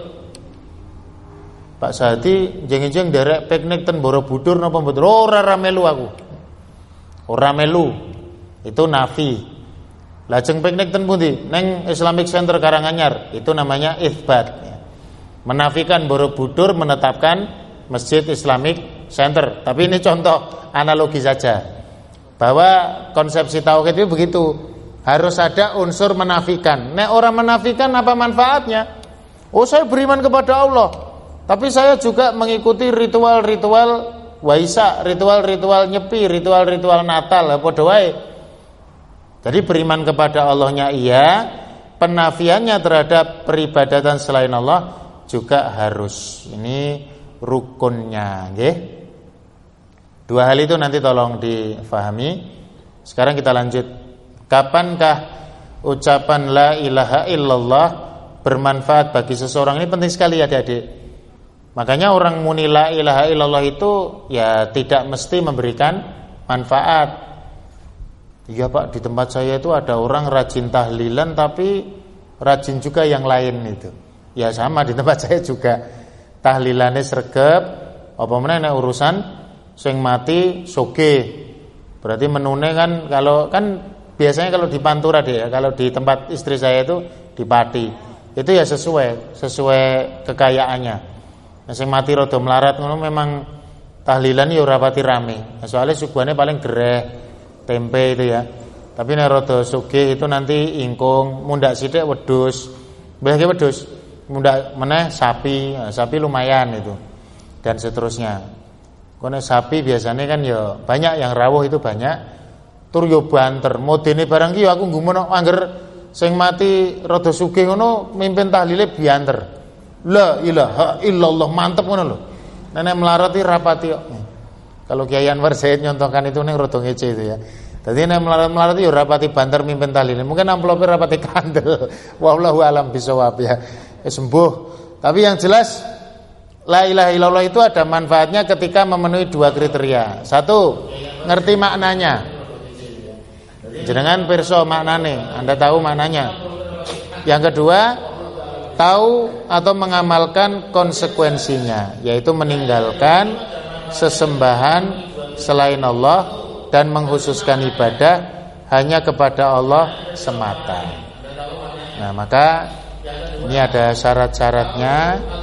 Pak Sahadi jeng-jeng derek piknik ten Borobudur napa mboten? Ora ra melu aku. Ora melu. Itu nafi. Lajeng piknik ten pundi? Neng Islamic Center Karanganyar. Itu namanya itsbat. Menafikan Borobudur, menetapkan Masjid Islamic Center. Tapi ini contoh analogi saja, bahwa konsepsi tauhid itu begitu, harus ada unsur menafikan. Nek orang menafikan, apa manfaatnya? Oh, saya beriman kepada Allah, tapi saya juga mengikuti ritual-ritual Waisak, ritual-ritual Nyepi, ritual-ritual Natal, padha wae. Jadi beriman kepada Allahnya iya, penafiannya terhadap peribadatan selain Allah juga harus. Ini rukunnya, nggih. Dua hal itu nanti tolong difahami. Sekarang kita lanjut. Kapankah ucapan la ilaha illallah bermanfaat bagi seseorang? Ini penting sekali adik-adik. Makanya orang muni la ilaha illallah itu ya tidak mesti memberikan manfaat. Iya Pak, di tempat saya itu ada orang rajin tahlilan tapi rajin juga yang lain itu. Ya sama, di tempat saya juga tahlilane sregep, apa meneh nek urusan sing mati soge. Berarti menune kan, kalau kan biasanya kalau di Pantura deh ya, kalau di tempat istri saya itu di Pati. Itu ya sesuai sesuai kekayaannya. Nah, sing mati rada melarat ngono memang tahlilan ya ora pati rame. Nah, soalnya suguhane paling gereh, tempe itu ya. Tapi nek rada sugih itu nanti ingkung, mundak sithik wedhus. Mbah ki wedhus. Mudah meneh sapi, nah, sapi lumayan itu, dan seterusnya. Karena sapi biasanya kan ya banyak yang rawuh itu banyak. Tur yo banter, modene barang ki aku nggumono angger sing mati rada sugih ngono mimpin tahlile bianter. La ilaha illallah, mantep ngono lho. Nenek melarat iki rapati kok. Kalau Kiai Anwar Said nyontohkan itu ning rada ngece itu ya. Dadi nek melarat-melarat yo rapati banter mimpin tahlile. Mungkin amplope rapati kandel. Wallahu alam bisawab ya. Eh, sembuh. Tapi yang jelas la ilaha illallah itu ada manfaatnya ketika memenuhi dua kriteria. Satu, ngerti maknanya. Jenengan pirsa maknane, Anda tahu maknanya. Yang kedua, tahu atau mengamalkan konsekuensinya, yaitu meninggalkan sesembahan selain Allah dan mengkhususkan ibadah hanya kepada Allah semata. Nah, maka ini ada syarat-syaratnya.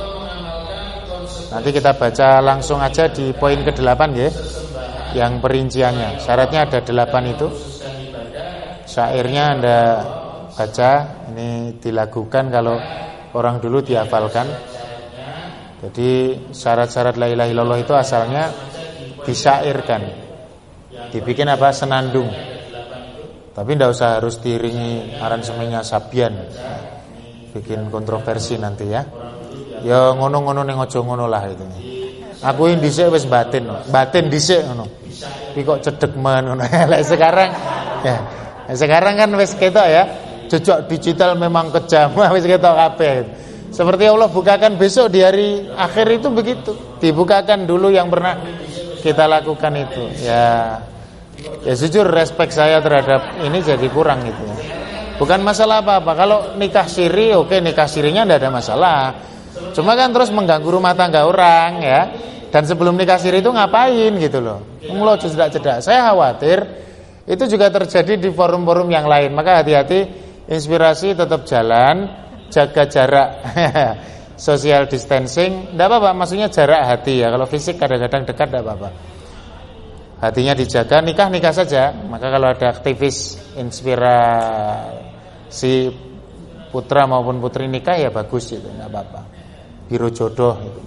Nanti kita baca langsung aja di poin kedelapan ya, yang perinciannya. Syaratnya ada delapan itu. Syairnya Anda baca. Ini dilakukan kalau orang dulu dihafalkan. Jadi syarat-syarat la ilaha illallah itu asalnya disyairkan, dibikin apa, senandung. Tapi tidak usah harus diiringi aransemennya Sabian, bikin kontroversi nanti ya. Ya ngono-ngono ning aja ngono lah itu. Aku ini dhisik wis batin, batin dhisik ngono. Iki kok cedek men ngono. Lah sekarang ya. Sekarang kan wis ketok ya. Jejak digital memang kejam, wis ketok kabeh. Seperti Allah bukakan besok di hari akhir itu begitu. Dibukakan dulu yang pernah kita lakukan itu. Ya. Ya jujur respect saya terhadap ini jadi kurang gitu ya. Bukan masalah apa-apa. Kalau nikah siri, oke, nikah sirinya tidak ada masalah. Cuma kan terus mengganggu rumah tangga orang ya. Dan sebelum nikah siri itu ngapain gitu loh. Mulo cedak-cedak. Saya khawatir itu juga terjadi di forum-forum yang lain. Maka hati-hati, inspirasi tetap jalan, jaga jarak. Social distancing, tidak apa-apa. Maksudnya jarak hati ya. Kalau fisik kadang-kadang dekat tidak apa-apa. Hatinya dijaga, nikah-nikah saja. Maka kalau ada aktivis inspirasi putra maupun putri nikah ya bagus itu, enggak apa-apa. Biro jodoh itu.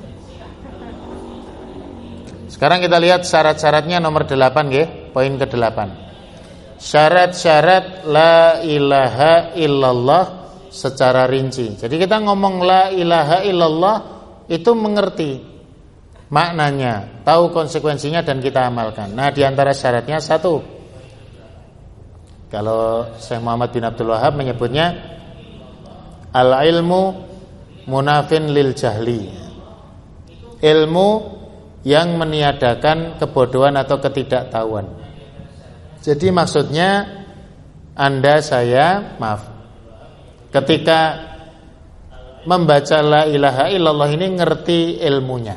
Sekarang kita lihat syarat-syaratnya nomor delapan nggih, poin kedelapan. syarat-syarat la ilaha illallah secara rinci. Jadi kita ngomong la ilaha illallah itu mengerti maknanya, tahu konsekuensinya dan kita amalkan. Nah, di antara syaratnya satu, kalau Syekh Muhammad bin Abdul Wahab menyebutnya al-ilmu munafin lil jahli. Ilmu yang meniadakan kebodohan atau ketidaktahuan. Jadi maksudnya Anda, saya, maaf, ketika membaca la ilaha illallah ini ngerti ilmunya,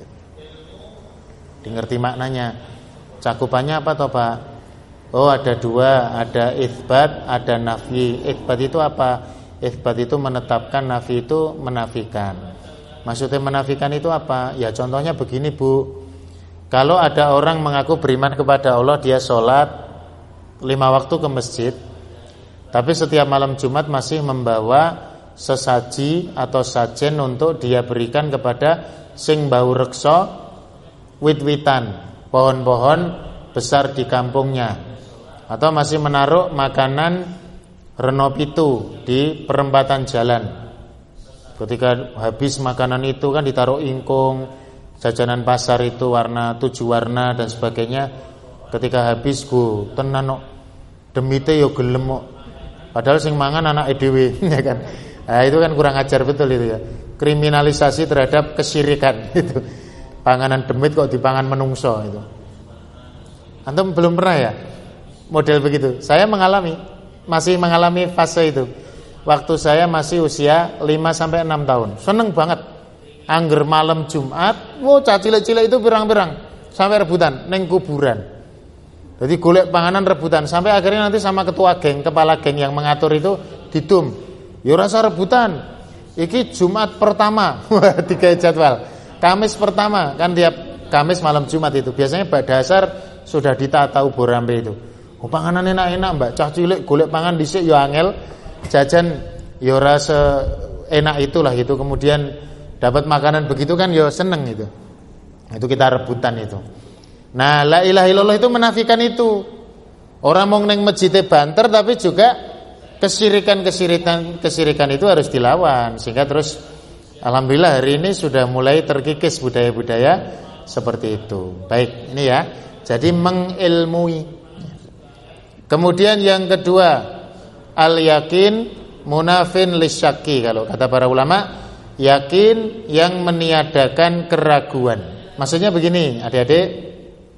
ngerti maknanya, cakupannya apa toh Pak? Oh, ada dua, ada itsbat, ada nafi. Itsbat itu apa? Itsbat itu menetapkan, nafi itu menafikan. Maksudnya menafikan itu apa? Ya contohnya begini Bu, kalau ada orang mengaku beriman kepada Allah, dia sholat lima waktu ke masjid, tapi setiap malam Jumat masih membawa sesaji atau sajen untuk dia berikan kepada sing bau reksa wit-witan, pohon-pohon besar di kampungnya, atau masih menaruh makanan renopitu di perempatan jalan. Ketika habis makanan itu kan ditaruh ingkung, jajanan pasar itu warna tujuh warna dan sebagainya. Ketika habis go tenan demite yo gelem kok. Padahal sing mangan anake dhewe ya kan. Nah, itu kan kurang ajar betul itu ya. Kriminalisasi terhadap kesyirikan itu. Panganan demit kok dipangan menungso itu. Antum belum pernah ya model begitu? Saya mengalami, masih mengalami fase itu. Waktu saya masih usia lima sampai enam tahun. Seneng banget. Angger malam Jumat, wow cacile-cile itu pirang-pirang sampai rebutan neng kuburan. Jadi golek panganan rebutan sampai akhirnya nanti sama ketua geng, kepala geng yang mengatur itu didum. Ya rasa rebutan. Iki Jumat pertama, tiga jadwal. Kamis pertama, kan tiap Kamis malam Jumat itu biasanya bak dasar sudah ditata ubur rambe itu. Oh, panganan enak-enak Mbak, cah cilik golek pangan dhisik ya angel, jajan ya rasa enak itulah gitu. Kemudian dapat makanan begitu kan ya seneng itu. Itu kita rebutan itu. Nah, la ilaha illallah itu menafikan itu. Orang mau neng masjidnya banter, tapi juga kesirikan-kesirikan kesirikan itu harus dilawan. Sehingga terus alhamdulillah hari ini sudah mulai terkikis budaya-budaya seperti itu. Baik, ini ya. Jadi mengilmui. Kemudian yang kedua, al-yakin munafin lisyaki. Kalau kata para ulama, yakin yang meniadakan keraguan. Maksudnya begini, adik-adik,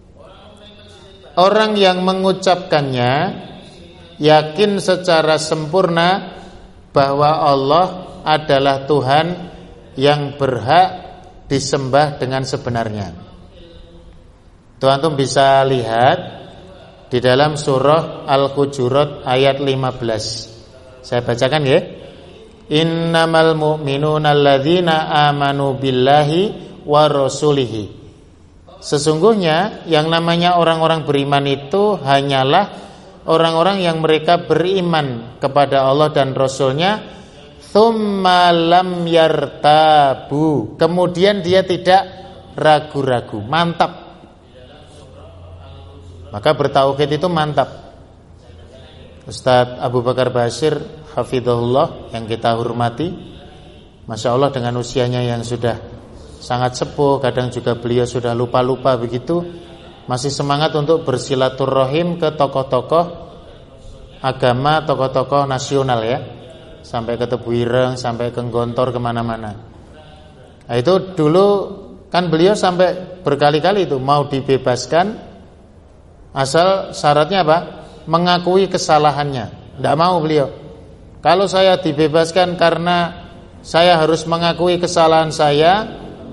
orang yang mengucapkannya yakin secara sempurna bahwa Allah adalah Tuhan yang berhak disembah dengan sebenarnya. Tuh antum bisa lihat di dalam surah Al-Hujurat ayat lima belas. Saya bacakan ya. Innamal mu'minuna alladzina amanu billahi wa rasulihi. Sesungguhnya yang namanya orang-orang beriman itu hanyalah orang-orang yang mereka beriman kepada Allah dan Rasulnya, tsumma lam yartabu, kemudian dia tidak ragu-ragu, mantap. Maka bertauhid itu mantap. Ustadz Abu Bakar Bashir hafizahullah yang kita hormati, Masya Allah dengan usianya yang sudah sangat sepuh, kadang juga beliau sudah lupa-lupa begitu, masih semangat untuk bersilaturahim ke tokoh-tokoh agama, tokoh-tokoh nasional ya, sampai ke Tebuireng, sampai ke Gontor, kemana-mana. Nah, itu dulu kan beliau sampai berkali-kali itu mau dibebaskan, asal syaratnya apa? Mengakui kesalahannya. Tidak mau beliau. Kalau saya dibebaskan karena saya harus mengakui kesalahan saya,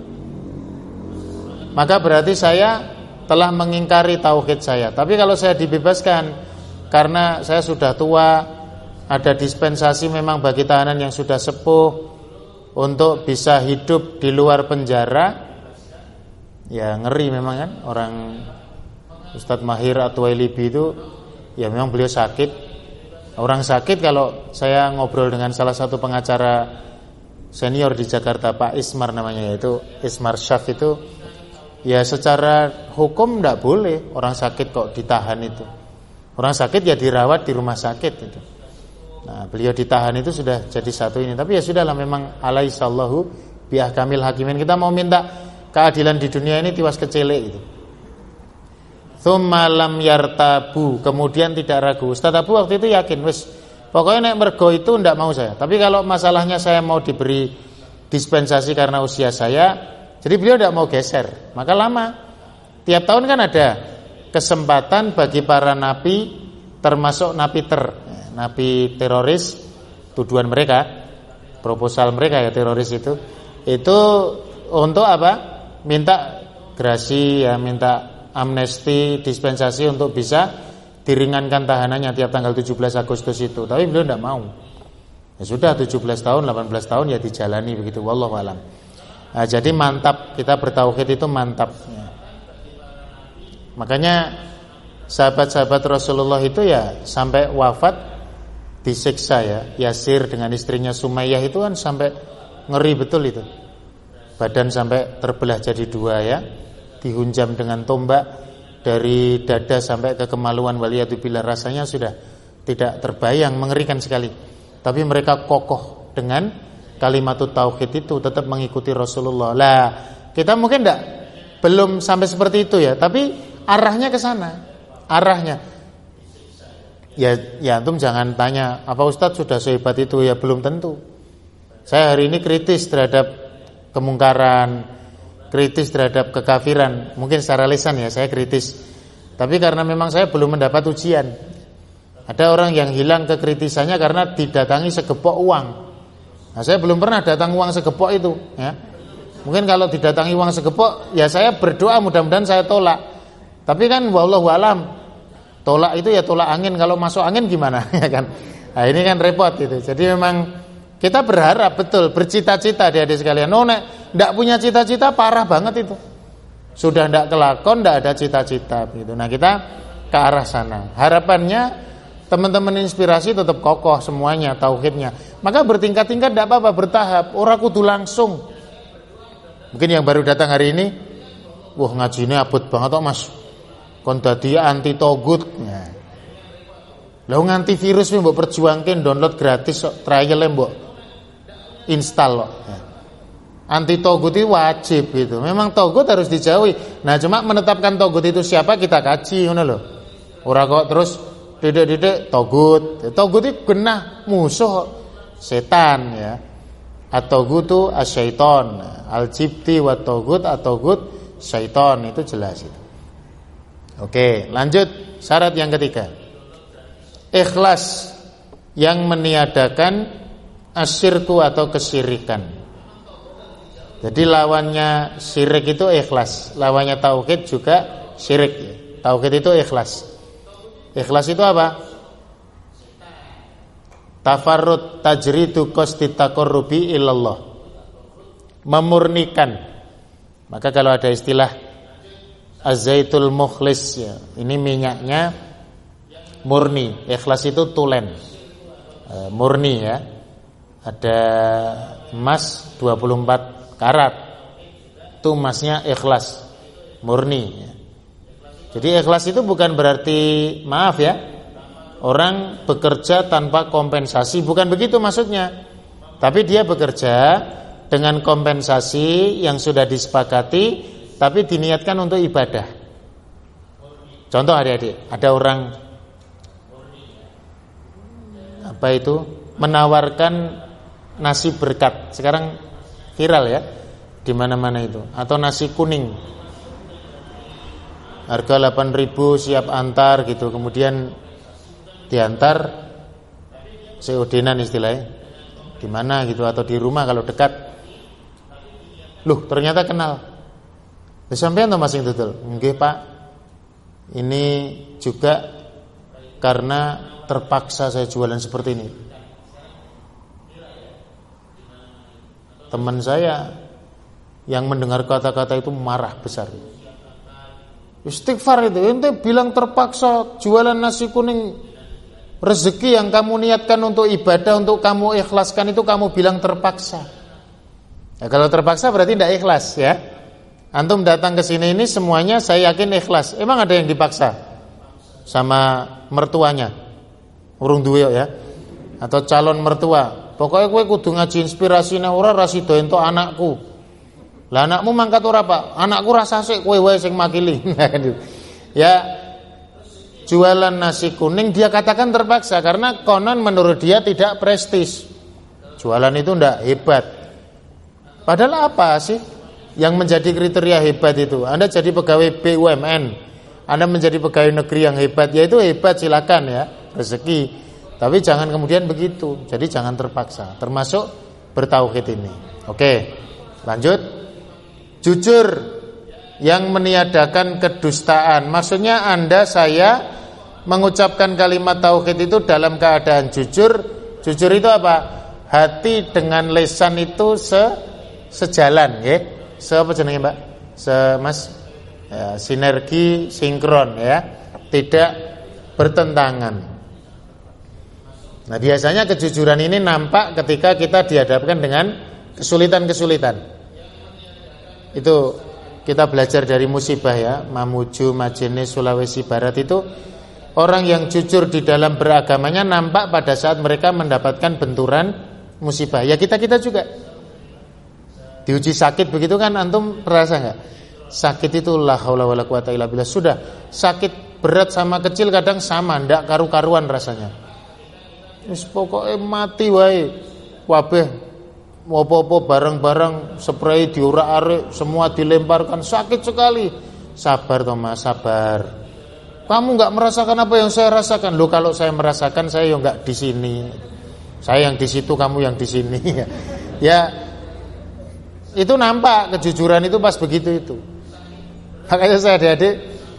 maka berarti saya telah mengingkari tauhid saya. Tapi kalau saya dibebaskan karena saya sudah tua, ada dispensasi memang bagi tahanan yang sudah sepuh untuk bisa hidup di luar penjara, ya ngeri memang kan. Orang Ustadz Mahir At-Tuwailibi itu ya memang beliau sakit. Orang sakit, kalau saya ngobrol dengan salah satu pengacara senior di Jakarta, Pak Ismar namanya, yaitu Ismar Syaf itu, ya secara hukum tidak boleh orang sakit kok ditahan itu. Orang sakit ya dirawat di rumah sakit itu. Nah, beliau ditahan itu sudah jadi satu ini. Tapi ya sudahlah, memang alaihissallahu biahkamil hakimin. Kita mau minta keadilan di dunia ini tiwas kecelek itu. Tsumma lam yartabu, kemudian tidak ragu. Ustaz Abu waktu itu yakin, wis pokoknya nek mergo itu ndak mau saya. Tapi kalau masalahnya saya mau diberi dispensasi karena usia saya, jadi beliau tidak mau geser. Maka lama. Tiap tahun kan ada kesempatan bagi para napi, termasuk napi ter, napi teroris, tuduhan mereka, proposal mereka ya teroris itu, itu untuk apa? Minta grasi ya, minta amnesti, dispensasi untuk bisa diringankan tahanannya tiap tanggal tujuh belas Agustus itu. Tapi beliau tidak mau. Ya sudah, tujuh belas tahun, delapan belas tahun ya dijalani begitu. Wallahu alam. Nah, jadi mantap, kita bertauhid itu mantap. Ya. Makanya sahabat-sahabat Rasulullah itu ya sampai wafat disiksa ya. Yasir dengan istrinya Sumayyah itu kan sampai ngeri betul itu. Badan sampai terbelah jadi dua ya. Dihunjam dengan tombak dari dada sampai ke kemaluan, waliyadzubillah, rasanya sudah tidak terbayang, mengerikan sekali. Tapi mereka kokoh dengan kalimatut tauhid itu, tetap mengikuti Rasulullah. Lah, kita mungkin enggak belum sampai seperti itu ya, tapi arahnya ke sana. Arahnya. Ya, ya antum jangan tanya, apa Ustadz sudah sehebat itu? Ya belum tentu. Saya hari ini kritis terhadap kemungkaran, kritis terhadap kekafiran. Mungkin secara lisan ya saya kritis, tapi karena memang saya belum mendapat ujian. Ada orang yang hilang kekritisannya karena didatangi segepok uang. Nah, saya belum pernah datang uang segepok itu ya. Mungkin kalau didatangi uang segepok, ya saya berdoa mudah-mudahan saya tolak. Tapi kan wallahu alam, tolak itu ya tolak angin, kalau masuk angin gimana ya kan. Nah, ini kan repot itu. Jadi memang kita berharap betul, bercita-cita di adik sekalian. No, nek ndak punya cita-cita parah banget itu. Sudah ndak kelakon, ndak ada cita-cita gitu. Nah, kita ke arah sana. Harapannya teman-teman inspirasi tetap kokoh semuanya tauhidnya. Maka bertingkat-tingkat ndak apa-apa, bertahap. Ora kudu langsung. Mungkin yang baru datang hari ini, wah ngajine abot banget kok Mas. Kon dadi anti togut. Nah. Lah nganti virus mbok perjuangke download gratis kok, trial mbok install kok. Ya. Anti togut itu wajib gitu. Memang togut harus dijauhi. Nah, cuma menetapkan togut itu siapa kita kaji ngono lho. Ora kok terus didik-didik togut. Togut itu genah musuh setan ya. At-togutu asyaiton. Al-jibti wa togut at-togut syaiton, itu jelas itu. Oke, lanjut syarat yang ketiga. Ikhlas yang meniadakan asyirku atau kesyirikan. Jadi lawannya syirik itu ikhlas, lawannya tauhid juga syirik. Tauhid itu ikhlas. Ikhlas itu apa? Tafarrud tajridu qasdi taqarrubi ilallah. Memurnikan. Maka kalau ada istilah azaitul mukhlis ya, ini minyaknya murni. Ikhlas itu tulen. E, murni ya. Ada emas dua puluh empat karat, itu emasnya ikhlas, murni ya. Jadi ikhlas itu bukan berarti, maaf ya, orang bekerja tanpa kompensasi, bukan begitu maksudnya. Tapi dia bekerja dengan kompensasi yang sudah disepakati, tapi diniatkan untuk ibadah. Contoh adik-adik, ada orang apa itu menawarkan nasi berkat, sekarang viral ya di mana-mana itu, atau nasi kuning harga delapan ribu siap antar gitu, kemudian diantar C O D-nan istilahnya di mana gitu, atau di rumah kalau dekat. Loh, ternyata kenal. Sampeyan to Mas sing dodol? Nggih, Pak. Ini juga karena terpaksa saya jualan seperti ini. Teman saya yang mendengar kata-kata itu marah besar. Istighfar itu, ente bilang terpaksa jualan nasi kuning, rezeki yang kamu niatkan untuk ibadah, untuk kamu ikhlaskan itu kamu bilang terpaksa. Ya, kalau terpaksa berarti tidak ikhlas ya. Antum datang ke sini ini semuanya saya yakin ikhlas. Emang ada yang dipaksa? sama mertuanya. Urung duwe ya. Atau calon mertua. Pokoknya kowe kudu ngaji inspirasine ora ra sida entuk anakku. Lah anakmu mangkat ora, Pak? Anakku rasa sik kowe wae sing makili. Ya, jualan nasi kuning dia katakan terpaksa karena konon menurut dia tidak prestis. Jualan itu ndak hebat. Padahal apa sih yang menjadi kriteria hebat itu? Anda jadi pegawai B U M N, Anda menjadi pegawai negeri yang hebat, ya itu hebat, silakan ya, rezeki. Tapi jangan kemudian begitu. Jadi jangan terpaksa. Termasuk bertauhid ini. Oke, lanjut. Jujur yang meniadakan kedustaan. Maksudnya Anda, saya mengucapkan kalimat tauhid itu dalam keadaan jujur. Jujur itu apa? Hati dengan lisan itu se sejalan, ya. Se apa jenenge, Mbak? Se Mas ya, sinergi, sinkron ya. Tidak bertentangan. Nah, biasanya kejujuran ini nampak ketika kita dihadapkan dengan kesulitan-kesulitan. Itu kita belajar dari musibah ya, Mamuju, Majene, Sulawesi Barat itu orang yang jujur di dalam beragamanya nampak pada saat mereka mendapatkan benturan musibah. Ya kita-kita juga diuji sakit begitu kan, antum merasa enggak? Sakit itu la haula wala quwata illa billah. Sudah, sakit berat sama kecil kadang sama, ndak karu-karuan rasanya. Wis pokoke mati wae. Wabeh apa-apa barang-barang spray diurak-arik, semua dilemparkan, sakit sekali. Sabar Thomas, sabar. Kamu enggak merasakan apa yang saya rasakan. Loh, kalau saya merasakan saya yang enggak di sini. Saya yang di situ, kamu yang di sini. Ya, itu nampak kejujuran itu pas begitu itu. Makanya saya adik-adik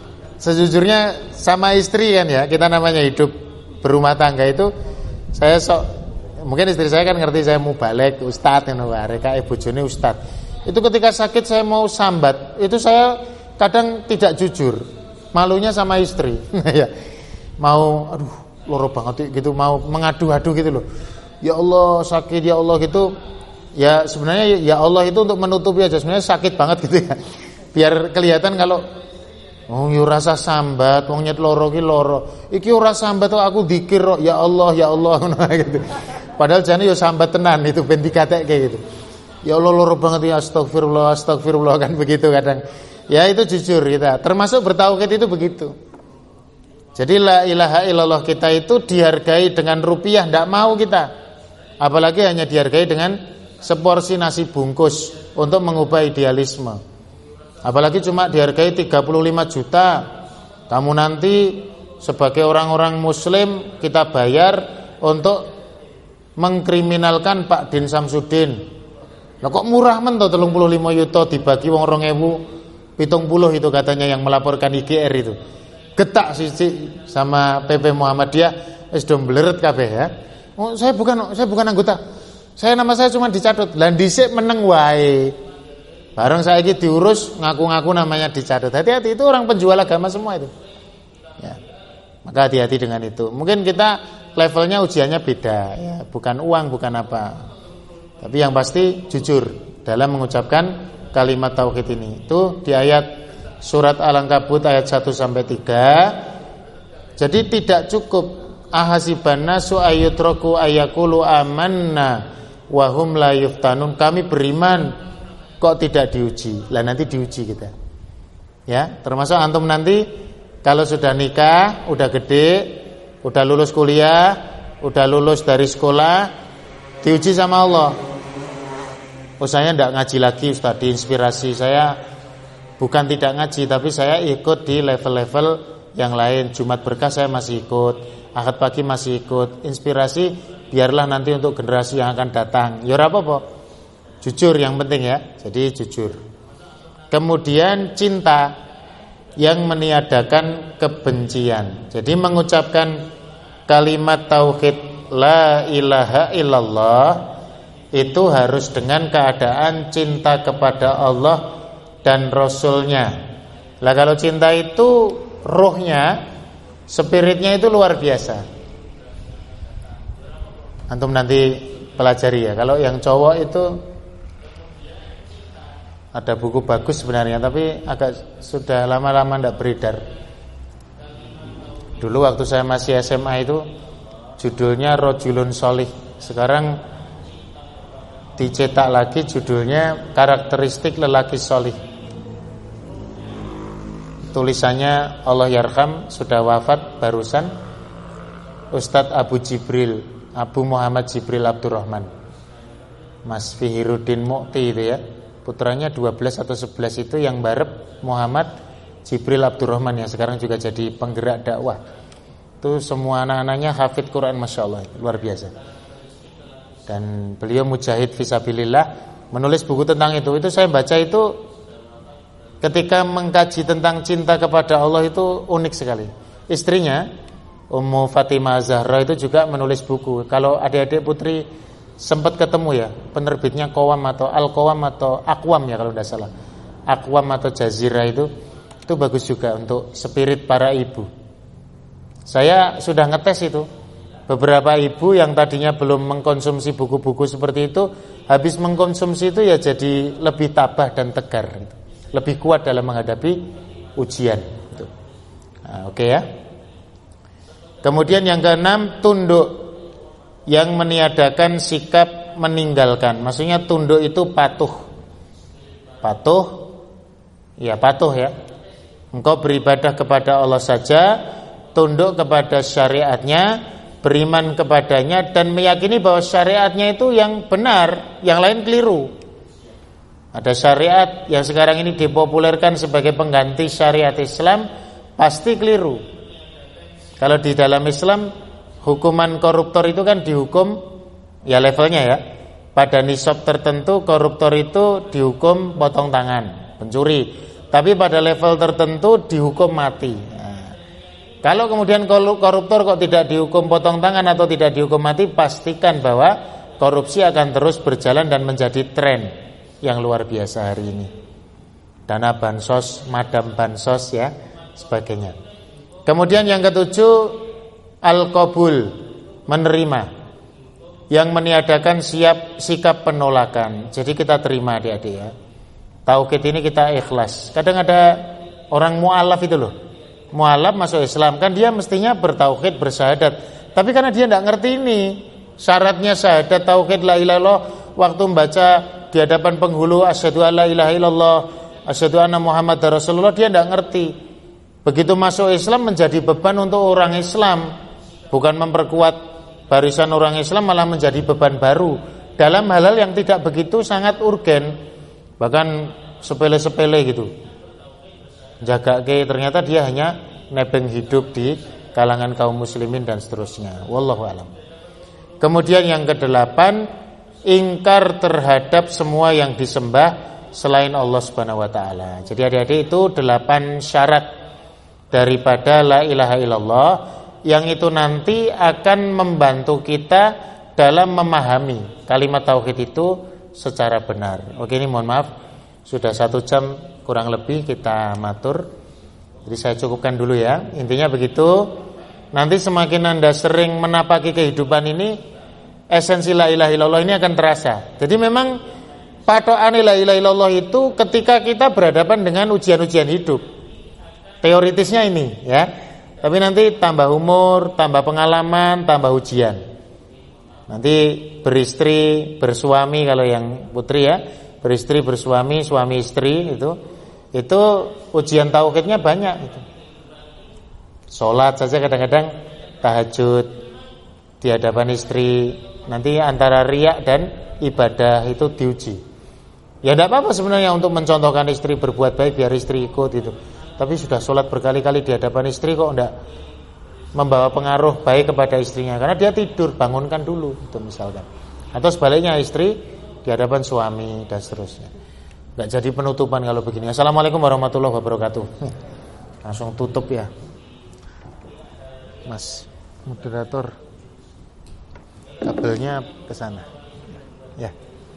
sejujurnya sama istri kan ya, kita namanya hidup berumah tangga itu, saya sok, mungkin istri saya kan ngerti saya mau balik ustad yang nggak, kayak bojone ustad. Itu ketika sakit saya mau sambat, itu saya kadang tidak jujur, malunya sama istri. Ya, mau, aduh, loro banget gitu, mau mengadu-adu gitu loh. Ya Allah sakit, ya Allah gitu. Ya sebenarnya ya Allah itu untuk menutupi aja, sebenarnya sakit banget gitu ya. Biar kelihatan kalau oh yo rasa sambat, wong nyet loro ki loro. Iki ora sambat kok aku dzikir kok ya Allah ya Allah gitu. Padahal jane yo sambat tenan itu ben dikatekke gitu. Ya Allah loro banget ya, astagfirullah astagfirullah kan begitu kadang. Ya itu jujur kita. Termasuk bertauhid itu begitu. Jadi la ilaha illallah kita itu dihargai dengan rupiah ndak mau kita. Apalagi hanya dihargai dengan seporsi nasi bungkus untuk mengubah idealisme. Apalagi cuma dihargai tiga puluh lima juta. Kamu nanti sebagai orang-orang muslim kita bayar untuk mengkriminalkan Pak Din Samsudin. Lah kok murah men to tiga puluh lima juta dibagi wong dua ribu tujuh puluh itu katanya yang melaporkan I G R itu. Getak sisi sama P P Muhammadiyah wis do mbleret kabeh ya. Oh, saya bukan saya bukan anggota. Saya nama saya cuma dicatut. Lah dhisik meneng wae. Bareng saiki diurus ngaku-ngaku namanya dicatut. Hati-hati, itu orang penjual agama semua itu. Ya. Maka hati-hati dengan itu. Mungkin kita levelnya ujiannya beda ya, bukan uang, bukan apa. Tapi yang pasti jujur dalam mengucapkan kalimat tauhid ini. Itu di ayat surat Al-Ankabut ayat satu sampai tiga. Jadi tidak cukup ahasiban nasu ayyutraku ayyakulu amanna wa hum la yuftanun. Kami beriman kok tidak diuji. Lah nanti diuji kita. Ya, termasuk antum nanti kalau sudah nikah, udah gede, udah lulus kuliah, udah lulus dari sekolah, diuji sama Allah. Oh saya tidak ngaji lagi Ustaz, diinspirasi saya bukan tidak ngaji, tapi saya ikut di level-level yang lain. Jumat berkah saya masih ikut, Ahad pagi masih ikut. Inspirasi biarlah nanti untuk generasi yang akan datang. Ya ora apa-apa. Jujur yang penting ya. Jadi jujur. Kemudian cinta yang meniadakan kebencian. Jadi mengucapkan kalimat tauhid la ilaha illallah itu harus dengan keadaan cinta kepada Allah dan Rasulnya. Lah kalau cinta itu ruhnya, spiritnya itu luar biasa. Antum nanti pelajari ya. Kalau yang cowok itu ada buku bagus sebenarnya, tapi agak sudah lama-lama tidak beredar. Dulu waktu saya masih S M A itu judulnya Rojulun Sholih. Sekarang dicetak lagi judulnya Karakteristik Lelaki Sholih. Tulisannya Allah yarham, sudah wafat barusan, Ustadz Abu Jibril, Abu Muhammad Jibril Abdurrahman, Mas Fihiruddin Mu'ti itu ya. Putranya dua belas atau sebelas itu yang barep Muhammad Jibril Abdurrahman yang sekarang juga jadi penggerak dakwah. Itu semua anak-anaknya hafid Quran, Masya Allah, luar biasa. Dan beliau mujahid fisabilillah, menulis buku tentang itu. Itu saya baca itu ketika mengkaji tentang cinta kepada Allah, itu unik sekali. Istrinya Ummu Fatimah Zahra itu juga menulis buku. Kalau adik-adik putri sempat ketemu ya, penerbitnya Qawam atau Al-Qawam atau Aqwam ya kalau tidak salah, Aqwam atau Jazirah itu, itu bagus juga untuk spirit para ibu. Saya sudah ngetes itu. Beberapa ibu yang tadinya belum mengkonsumsi buku-buku seperti itu, habis mengkonsumsi itu ya jadi lebih tabah dan tegar, lebih kuat dalam menghadapi ujian. Nah, oke okay ya. Kemudian yang keenam, tunduk, yang meniadakan sikap meninggalkan. Maksudnya tunduk itu patuh. Patuh, ya patuh ya. Engkau beribadah kepada Allah saja, tunduk kepada syariatnya, beriman kepadanya, dan meyakini bahwa syariatnya itu yang benar, yang lain keliru. Ada syariat yang sekarang ini dipopulerkan sebagai pengganti syariat Islam, pasti keliru. Kalau di dalam Islam, hukuman koruptor itu kan dihukum ya levelnya ya. Pada nisab tertentu koruptor itu dihukum potong tangan, pencuri. Tapi pada level tertentu dihukum mati. Nah, kalau kemudian koruptor kok tidak dihukum potong tangan atau tidak dihukum mati, pastikan bahwa korupsi akan terus berjalan dan menjadi tren yang luar biasa hari ini. Dana bansos, madam bansos ya, sebagainya. Kemudian yang ketujuh, al-qabul, menerima, yang meniadakan siap sikap penolakan. Jadi kita terima adik-adik ya. Tauhid ini kita ikhlas. Kadang ada orang mu'alaf itu loh, mu'alaf masuk Islam, kan dia mestinya bertauhid, bersyahadat, tapi karena dia tidak ngerti ini syaratnya syahadat tauhid la ilaha illallah, waktu membaca di hadapan penghulu asyhadu alla ilaha illallah, asyhadu anna muhammadar rasulullah, dia tidak ngerti. Begitu masuk Islam menjadi beban untuk orang Islam, bukan memperkuat barisan orang Islam, malah menjadi beban baru dalam hal-hal yang tidak begitu sangat urgen, bahkan sepele-sepele gitu. Jaga ke ternyata dia hanya nebeng hidup di kalangan kaum muslimin dan seterusnya. Wallahu alam. Kemudian yang kedelapan, ingkar terhadap semua yang disembah selain Allah Subhanahu wa taala. Jadi adik-adik, itu delapan syarat daripada la ilaha illallah yang itu nanti akan membantu kita dalam memahami kalimat tauhid itu secara benar. Oke, ini mohon maaf sudah satu jam kurang lebih kita matur, jadi saya cukupkan dulu ya. Intinya begitu. Nanti semakin Anda sering menapaki kehidupan ini, esensi la ilaha illallah ini akan terasa. Jadi memang patokan la ilaha illallah itu ketika kita berhadapan dengan ujian-ujian hidup. Teoritisnya ini ya. Tapi nanti tambah umur, tambah pengalaman, tambah ujian. Nanti beristri, bersuami kalau yang putri ya, beristri, bersuami, suami istri itu, itu ujian tauhidnya banyak itu. Sholat saja kadang-kadang tahajud di hadapan istri, nanti antara riya dan ibadah itu diuji. Ya tidak apa-apa sebenarnya untuk mencontohkan istri berbuat baik biar istri ikut itu. Tapi sudah sholat berkali-kali di hadapan istri kok enggak membawa pengaruh baik kepada istrinya, karena dia tidur, bangunkan dulu itu misalkan. Atau sebaliknya istri di hadapan suami dan seterusnya. Enggak jadi penutupan kalau begini. Assalamualaikum warahmatullahi wabarakatuh. Langsung tutup ya. Mas moderator, kabelnya ke sana. Ya.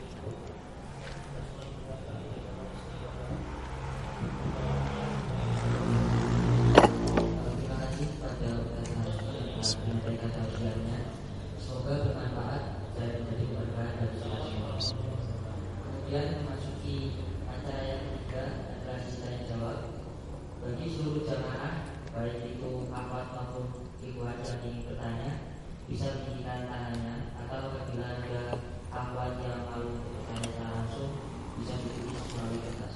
Semoga bermanfaat dan menjadi berkah bagi kita. Kemudian memasuki acara yang ketiga, adalah tanya jawab bagi seluruh jamaah, baik itu akhwat maupun Ibu Hajar ingin bertanya, bisa meninggikan tangannya, atau apabila ada akhwat yang malu untuk bertanya secara langsung, bisa ditulis melalui kertas.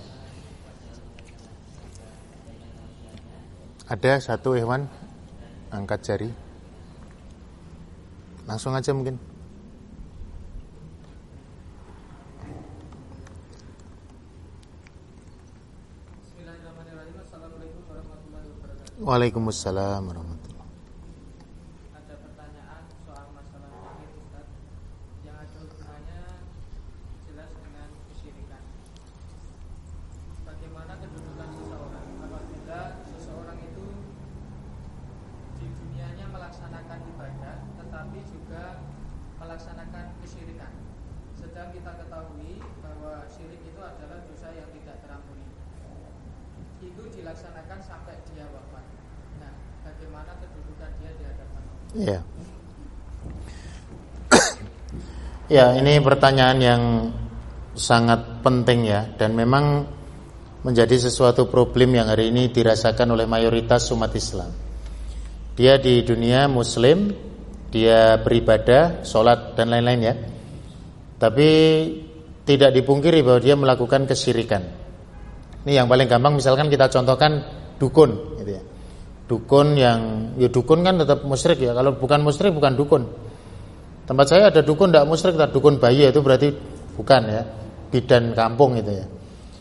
Ada satu ikhwan angkat jari. Langsung aja mungkin. Waalaikumsalam warahmatullahi. Ada pertanyaan soal masalah tauhid, Ustaz, yang ada hubungannya jelas dengan kesyirikan. Bagaimana kedudukan seseorang apabila seseorang itu di dunianya melaksanakan ibadah tetapi juga melaksanakan kesyirikan. Sedang kita ketahui bahwa syirik itu adalah dosa yang tidak terampuni. Itu dilaksanakan sampai dia wafat. Nah, bagaimana kedudukan dia di hadapan Allah? Ya. Ya, ini pertanyaan yang sangat penting ya, dan memang menjadi sesuatu problem yang hari ini dirasakan oleh mayoritas umat Islam. Dia di dunia muslim, dia beribadah, sholat dan lain-lain ya, tapi tidak dipungkiri bahwa dia melakukan kesyirikan. Ini yang paling gampang, misalkan kita contohkan dukun gitu ya. Dukun yang ya dukun kan tetap musyrik ya. Kalau bukan musyrik bukan dukun. Tempat saya ada dukun tidak musyrik, tak dukun bayi, itu berarti bukan ya, bidan kampung itu ya.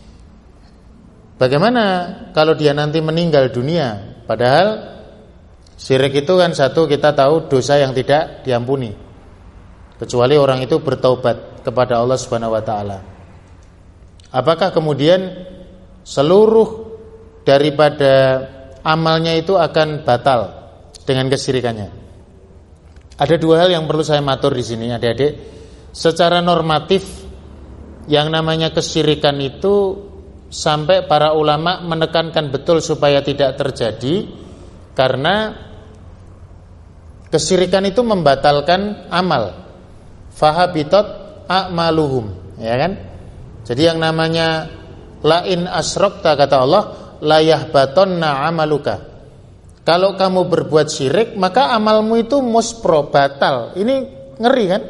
Bagaimana kalau dia nanti meninggal dunia? Padahal syirik itu kan satu, kita tahu dosa yang tidak diampuni, kecuali orang itu bertaubat kepada Allah Subhanahu wa taala. Apakah kemudian seluruh daripada amalnya itu akan batal dengan kesyirikannya? Ada dua hal yang perlu saya matur di sini, adik-adik. Secara normatif, yang namanya kesyirikan itu sampai para ulama menekankan betul supaya tidak terjadi, karena kesyirikan itu membatalkan amal. Fahabitat a'maluhum, ya kan? Jadi yang namanya la in asrakta, kata Allah, la yahbatonna amaluka. Kalau kamu berbuat syirik, maka amalmu itu muspro, batal. Ini ngeri kan?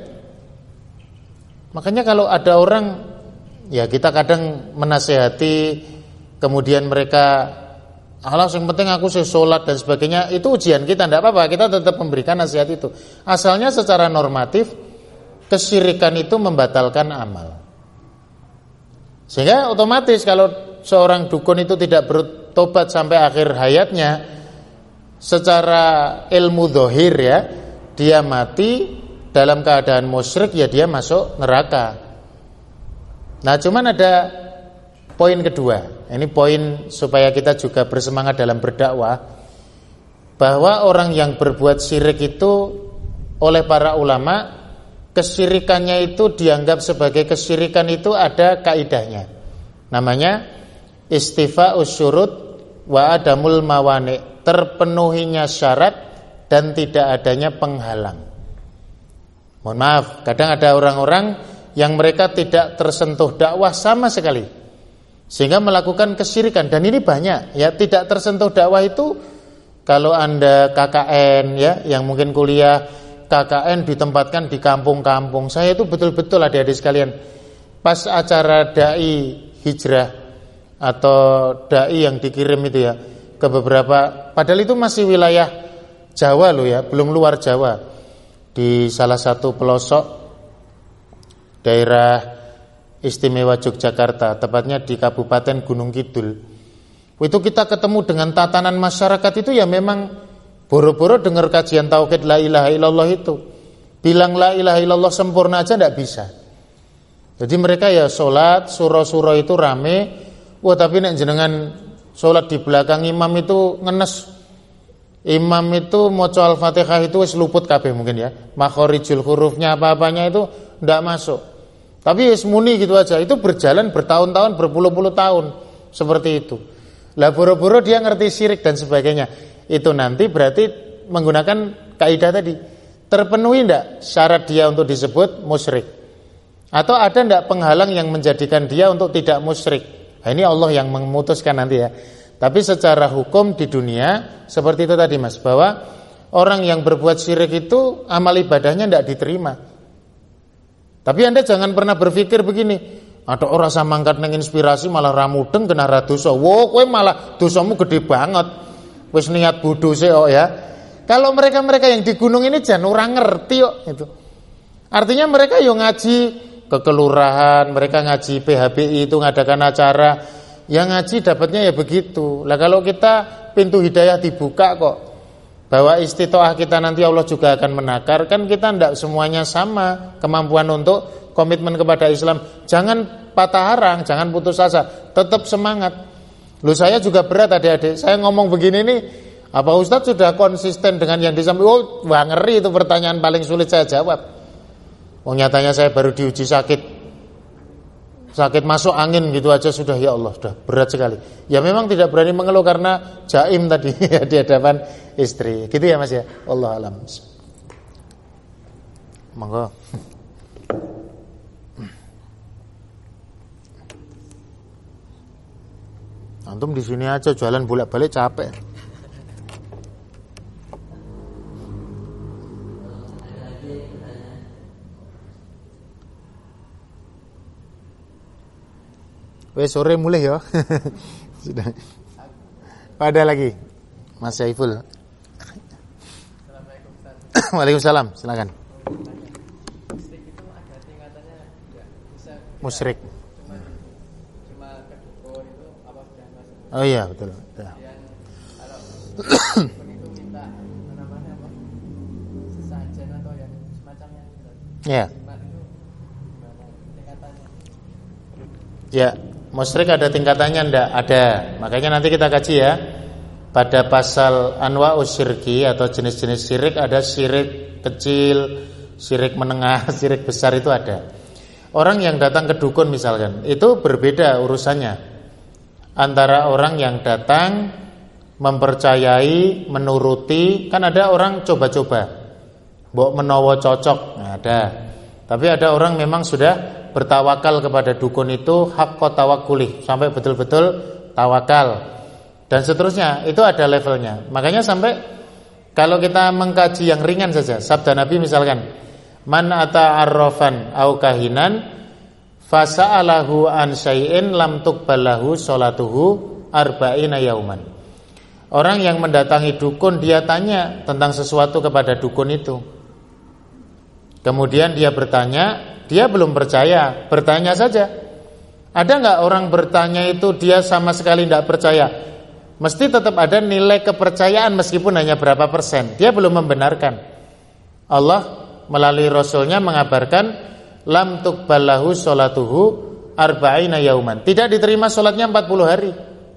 Makanya kalau ada orang, ya kita kadang menasehati, kemudian mereka, Allah yang penting aku sholat dan sebagainya, itu ujian kita, tidak apa-apa, kita tetap memberikan nasihat itu. Asalnya secara normatif, kesyirikan itu membatalkan amal. Sehingga otomatis kalau seorang dukun itu tidak bertobat sampai akhir hayatnya, secara ilmu zahir ya, dia mati dalam keadaan musyrik, ya dia masuk neraka. Nah, cuman ada poin kedua. Ini poin supaya kita juga bersemangat dalam berdakwah, bahwa orang yang berbuat syirik itu oleh para ulama, kesyirikannya itu dianggap sebagai kesyirikan itu ada kaidahnya. Namanya istifa'us syurut wa adamul mawani', terpenuhinya syarat dan tidak adanya penghalang. Mohon maaf, kadang ada orang-orang yang mereka tidak tersentuh dakwah sama sekali, sehingga melakukan kesyirikan. Dan ini banyak ya, tidak tersentuh dakwah itu. Kalau Anda K K N ya, yang mungkin kuliah K K N ditempatkan di kampung-kampung. Saya itu betul-betul adik-adik sekalian, pas acara dai hijrah atau dai yang dikirim itu ya ke beberapa, padahal itu masih wilayah Jawa loh ya, belum luar Jawa, di salah satu pelosok daerah istimewa Yogyakarta, tepatnya di Kabupaten Gunung Kidul. Itu kita ketemu dengan tatanan masyarakat itu ya memang boro-boro dengar kajian tauhid la ilaha illallah itu, bilang la ilaha illallah sempurna aja tidak bisa. Jadi mereka ya sholat, surah-surah itu rame, wah tapi nek jenengan sholat di belakang imam itu ngenes, imam itu maca Al-Fatihah itu wis luput kabeh mungkin ya, makhorijul hurufnya apa-apanya itu ndak masuk, tapi wis muni gitu aja. Itu berjalan bertahun-tahun, berpuluh-puluh tahun seperti itu. Lah boro-boro dia ngerti syirik dan sebagainya. Itu nanti berarti menggunakan kaidah tadi, terpenuhi ndak syarat dia untuk disebut musyrik, atau ada ndak penghalang yang menjadikan dia untuk tidak musyrik. Nah, ini Allah yang memutuskan nanti ya. Tapi secara hukum di dunia seperti itu tadi Mas, bahwa orang yang berbuat syirik itu amal ibadahnya tidak diterima. Tapi Anda jangan pernah berpikir begini, ada orang sama mangkat neng inspirasi malah ramudeng kena dosa. Wo, kowe malah dosamu gede banget. Wis niat bodoh sih oh ya. Kalau mereka-mereka yang di gunung ini jangan orang ngerti kok itu. Artinya mereka yang ngaji ke kelurahan, mereka ngaji P H B I itu ngadakan acara, yang ngaji dapatnya ya begitu. Lah kalau kita pintu hidayah dibuka kok, bahwa istitoah kita nanti Allah juga akan menakar, kan kita tidak semuanya sama kemampuan untuk komitmen kepada Islam. Jangan patah arang, jangan putus asa, tetap semangat. Loh saya juga berat adik-adik, saya ngomong begini nih, apa Ustadz sudah konsisten dengan yang disampaikan? Oh, wah ngeri itu pertanyaan paling sulit saya jawab. Oh nyatanya saya baru diuji sakit, sakit masuk angin gitu aja sudah, ya Allah sudah berat sekali. Ya memang tidak berani mengeluh karena jaim tadi di hadapan istri. Gitu ya Mas ya. Allah alam. Monggo. Antum di sini aja jalan bolak-balik capek. Wes sore mulai ya. Sudah. Ada lagi. Mas Saiful. Waalaikumsalam. Silakan. Musyrik itu ada tingkatannya enggak? Bisa Musyrik. Cuma cuma kedukun itu apa sudah masuk? Oh iya, betul. Ya. Yang kalau kedukun itu minta namanya apa? Sesajen atau yang semacamnya gitu. Ya. Jimat itu gimana tingkatannya? Ya. Musyrik ada tingkatannya ndak? Ada. Makanya nanti kita kaji ya. Pada pasal anwa'us syirki atau jenis-jenis syirik ada syirik kecil, syirik menengah, syirik besar itu ada. Orang yang datang ke dukun misalkan, itu berbeda urusannya. Antara orang yang datang mempercayai, menuruti, kan ada orang coba-coba. Mbok menawa cocok, nah, ada. Tapi ada orang memang sudah bertawakal kepada dukun itu haqqa tawakkuli, sampai betul-betul tawakal dan seterusnya, itu ada levelnya. Makanya sampai kalau kita mengkaji yang ringan saja, sabda Nabi misalkan, man ata arrafan au kahinan fasa'alahu an syai'in lam tuqbalahu sholatuhu arba'ina yauman. Orang yang mendatangi dukun, dia tanya tentang sesuatu kepada dukun itu, kemudian dia bertanya, dia belum percaya, bertanya saja. Ada nggak orang bertanya itu dia sama sekali tidak percaya? Mesti tetap ada nilai kepercayaan meskipun hanya berapa persen. Dia belum membenarkan. Allah melalui Rasulnya mengabarkan lam tuqballahu sholatuhu arba'ina yauman. Tidak diterima sholatnya empat puluh hari.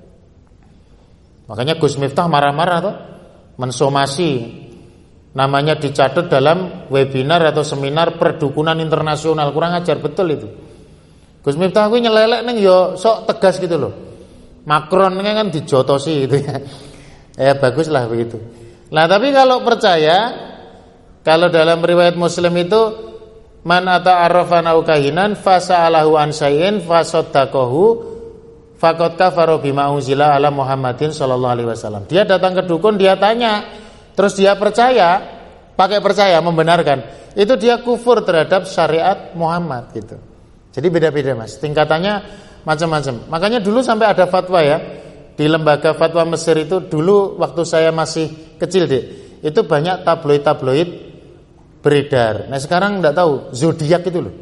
Makanya Gus Miftah marah-marah tuh, mensomasi. Namanya dicatat dalam webinar atau seminar perdukunan internasional. Kurang ajar betul itu. Gus Miftah kuwi nyelelek ning yo sok tegas gitu loh. Macron kan dijotosi gitu ya. Ya baguslah begitu. Nah, tapi kalau percaya, kalau dalam riwayat Muslim itu man ata arrafan au kahinan fasa'alahu an syai'in fasaddaqahu faqad kafara bima unzila ala Muhammadin sallallahu alaihi wasallam. Dia datang ke dukun, dia tanya, terus dia percaya, pakai percaya, membenarkan, itu dia kufur terhadap syariat Muhammad gitu. Jadi beda-beda Mas, tingkatannya macam-macam. Makanya dulu sampai ada fatwa ya, di lembaga fatwa Mesir itu dulu waktu saya masih kecil deh, itu banyak tabloid-tabloid beredar. Nah sekarang enggak tahu, zodiak itu loh.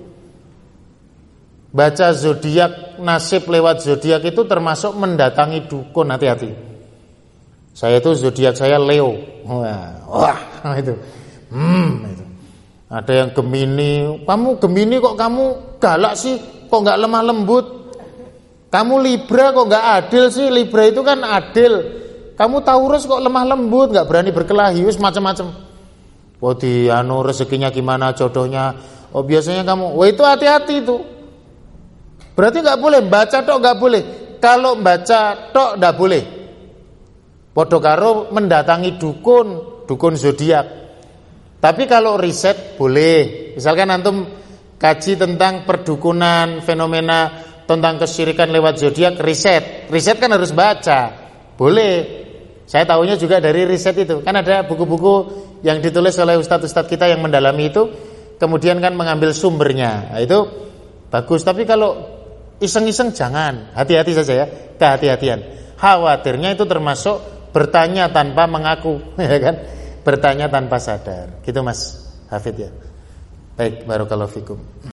Baca zodiak, nasib lewat zodiak itu termasuk mendatangi dukun, hati-hati. Saya itu zodiak saya Leo. Wah, wah itu. Hmm, itu. Ada yang Gemini. Kamu Gemini kok kamu galak sih? Kok enggak lemah lembut? Kamu Libra kok enggak adil sih? Libra itu kan adil. Kamu Taurus kok lemah lembut, enggak berani berkelahi, wis macam-macam. Oh di anu rezekinya gimana, jodohnya. Oh biasanya kamu. Wah itu hati-hati itu. Berarti enggak boleh baca tok, enggak boleh. Kalau baca tok enggak boleh. Padha karo mendatangi dukun, dukun zodiak. Tapi kalau riset boleh. Misalkan antum kaji tentang perdukunan, fenomena tentang kesyirikan lewat zodiak, riset. Riset kan harus baca. Boleh. Saya tahunya juga dari riset itu. Kan ada buku-buku yang ditulis oleh ustadz-ustadz kita yang mendalami itu, kemudian kan mengambil sumbernya. Nah, itu bagus. Tapi kalau iseng-iseng jangan. Hati-hati saja ya. Kehati-hatian. Khawatirnya itu termasuk bertanya tanpa mengaku, ya kan? Bertanya tanpa sadar. Gitu Mas Hafid ya. Baik, barakallahu fikum.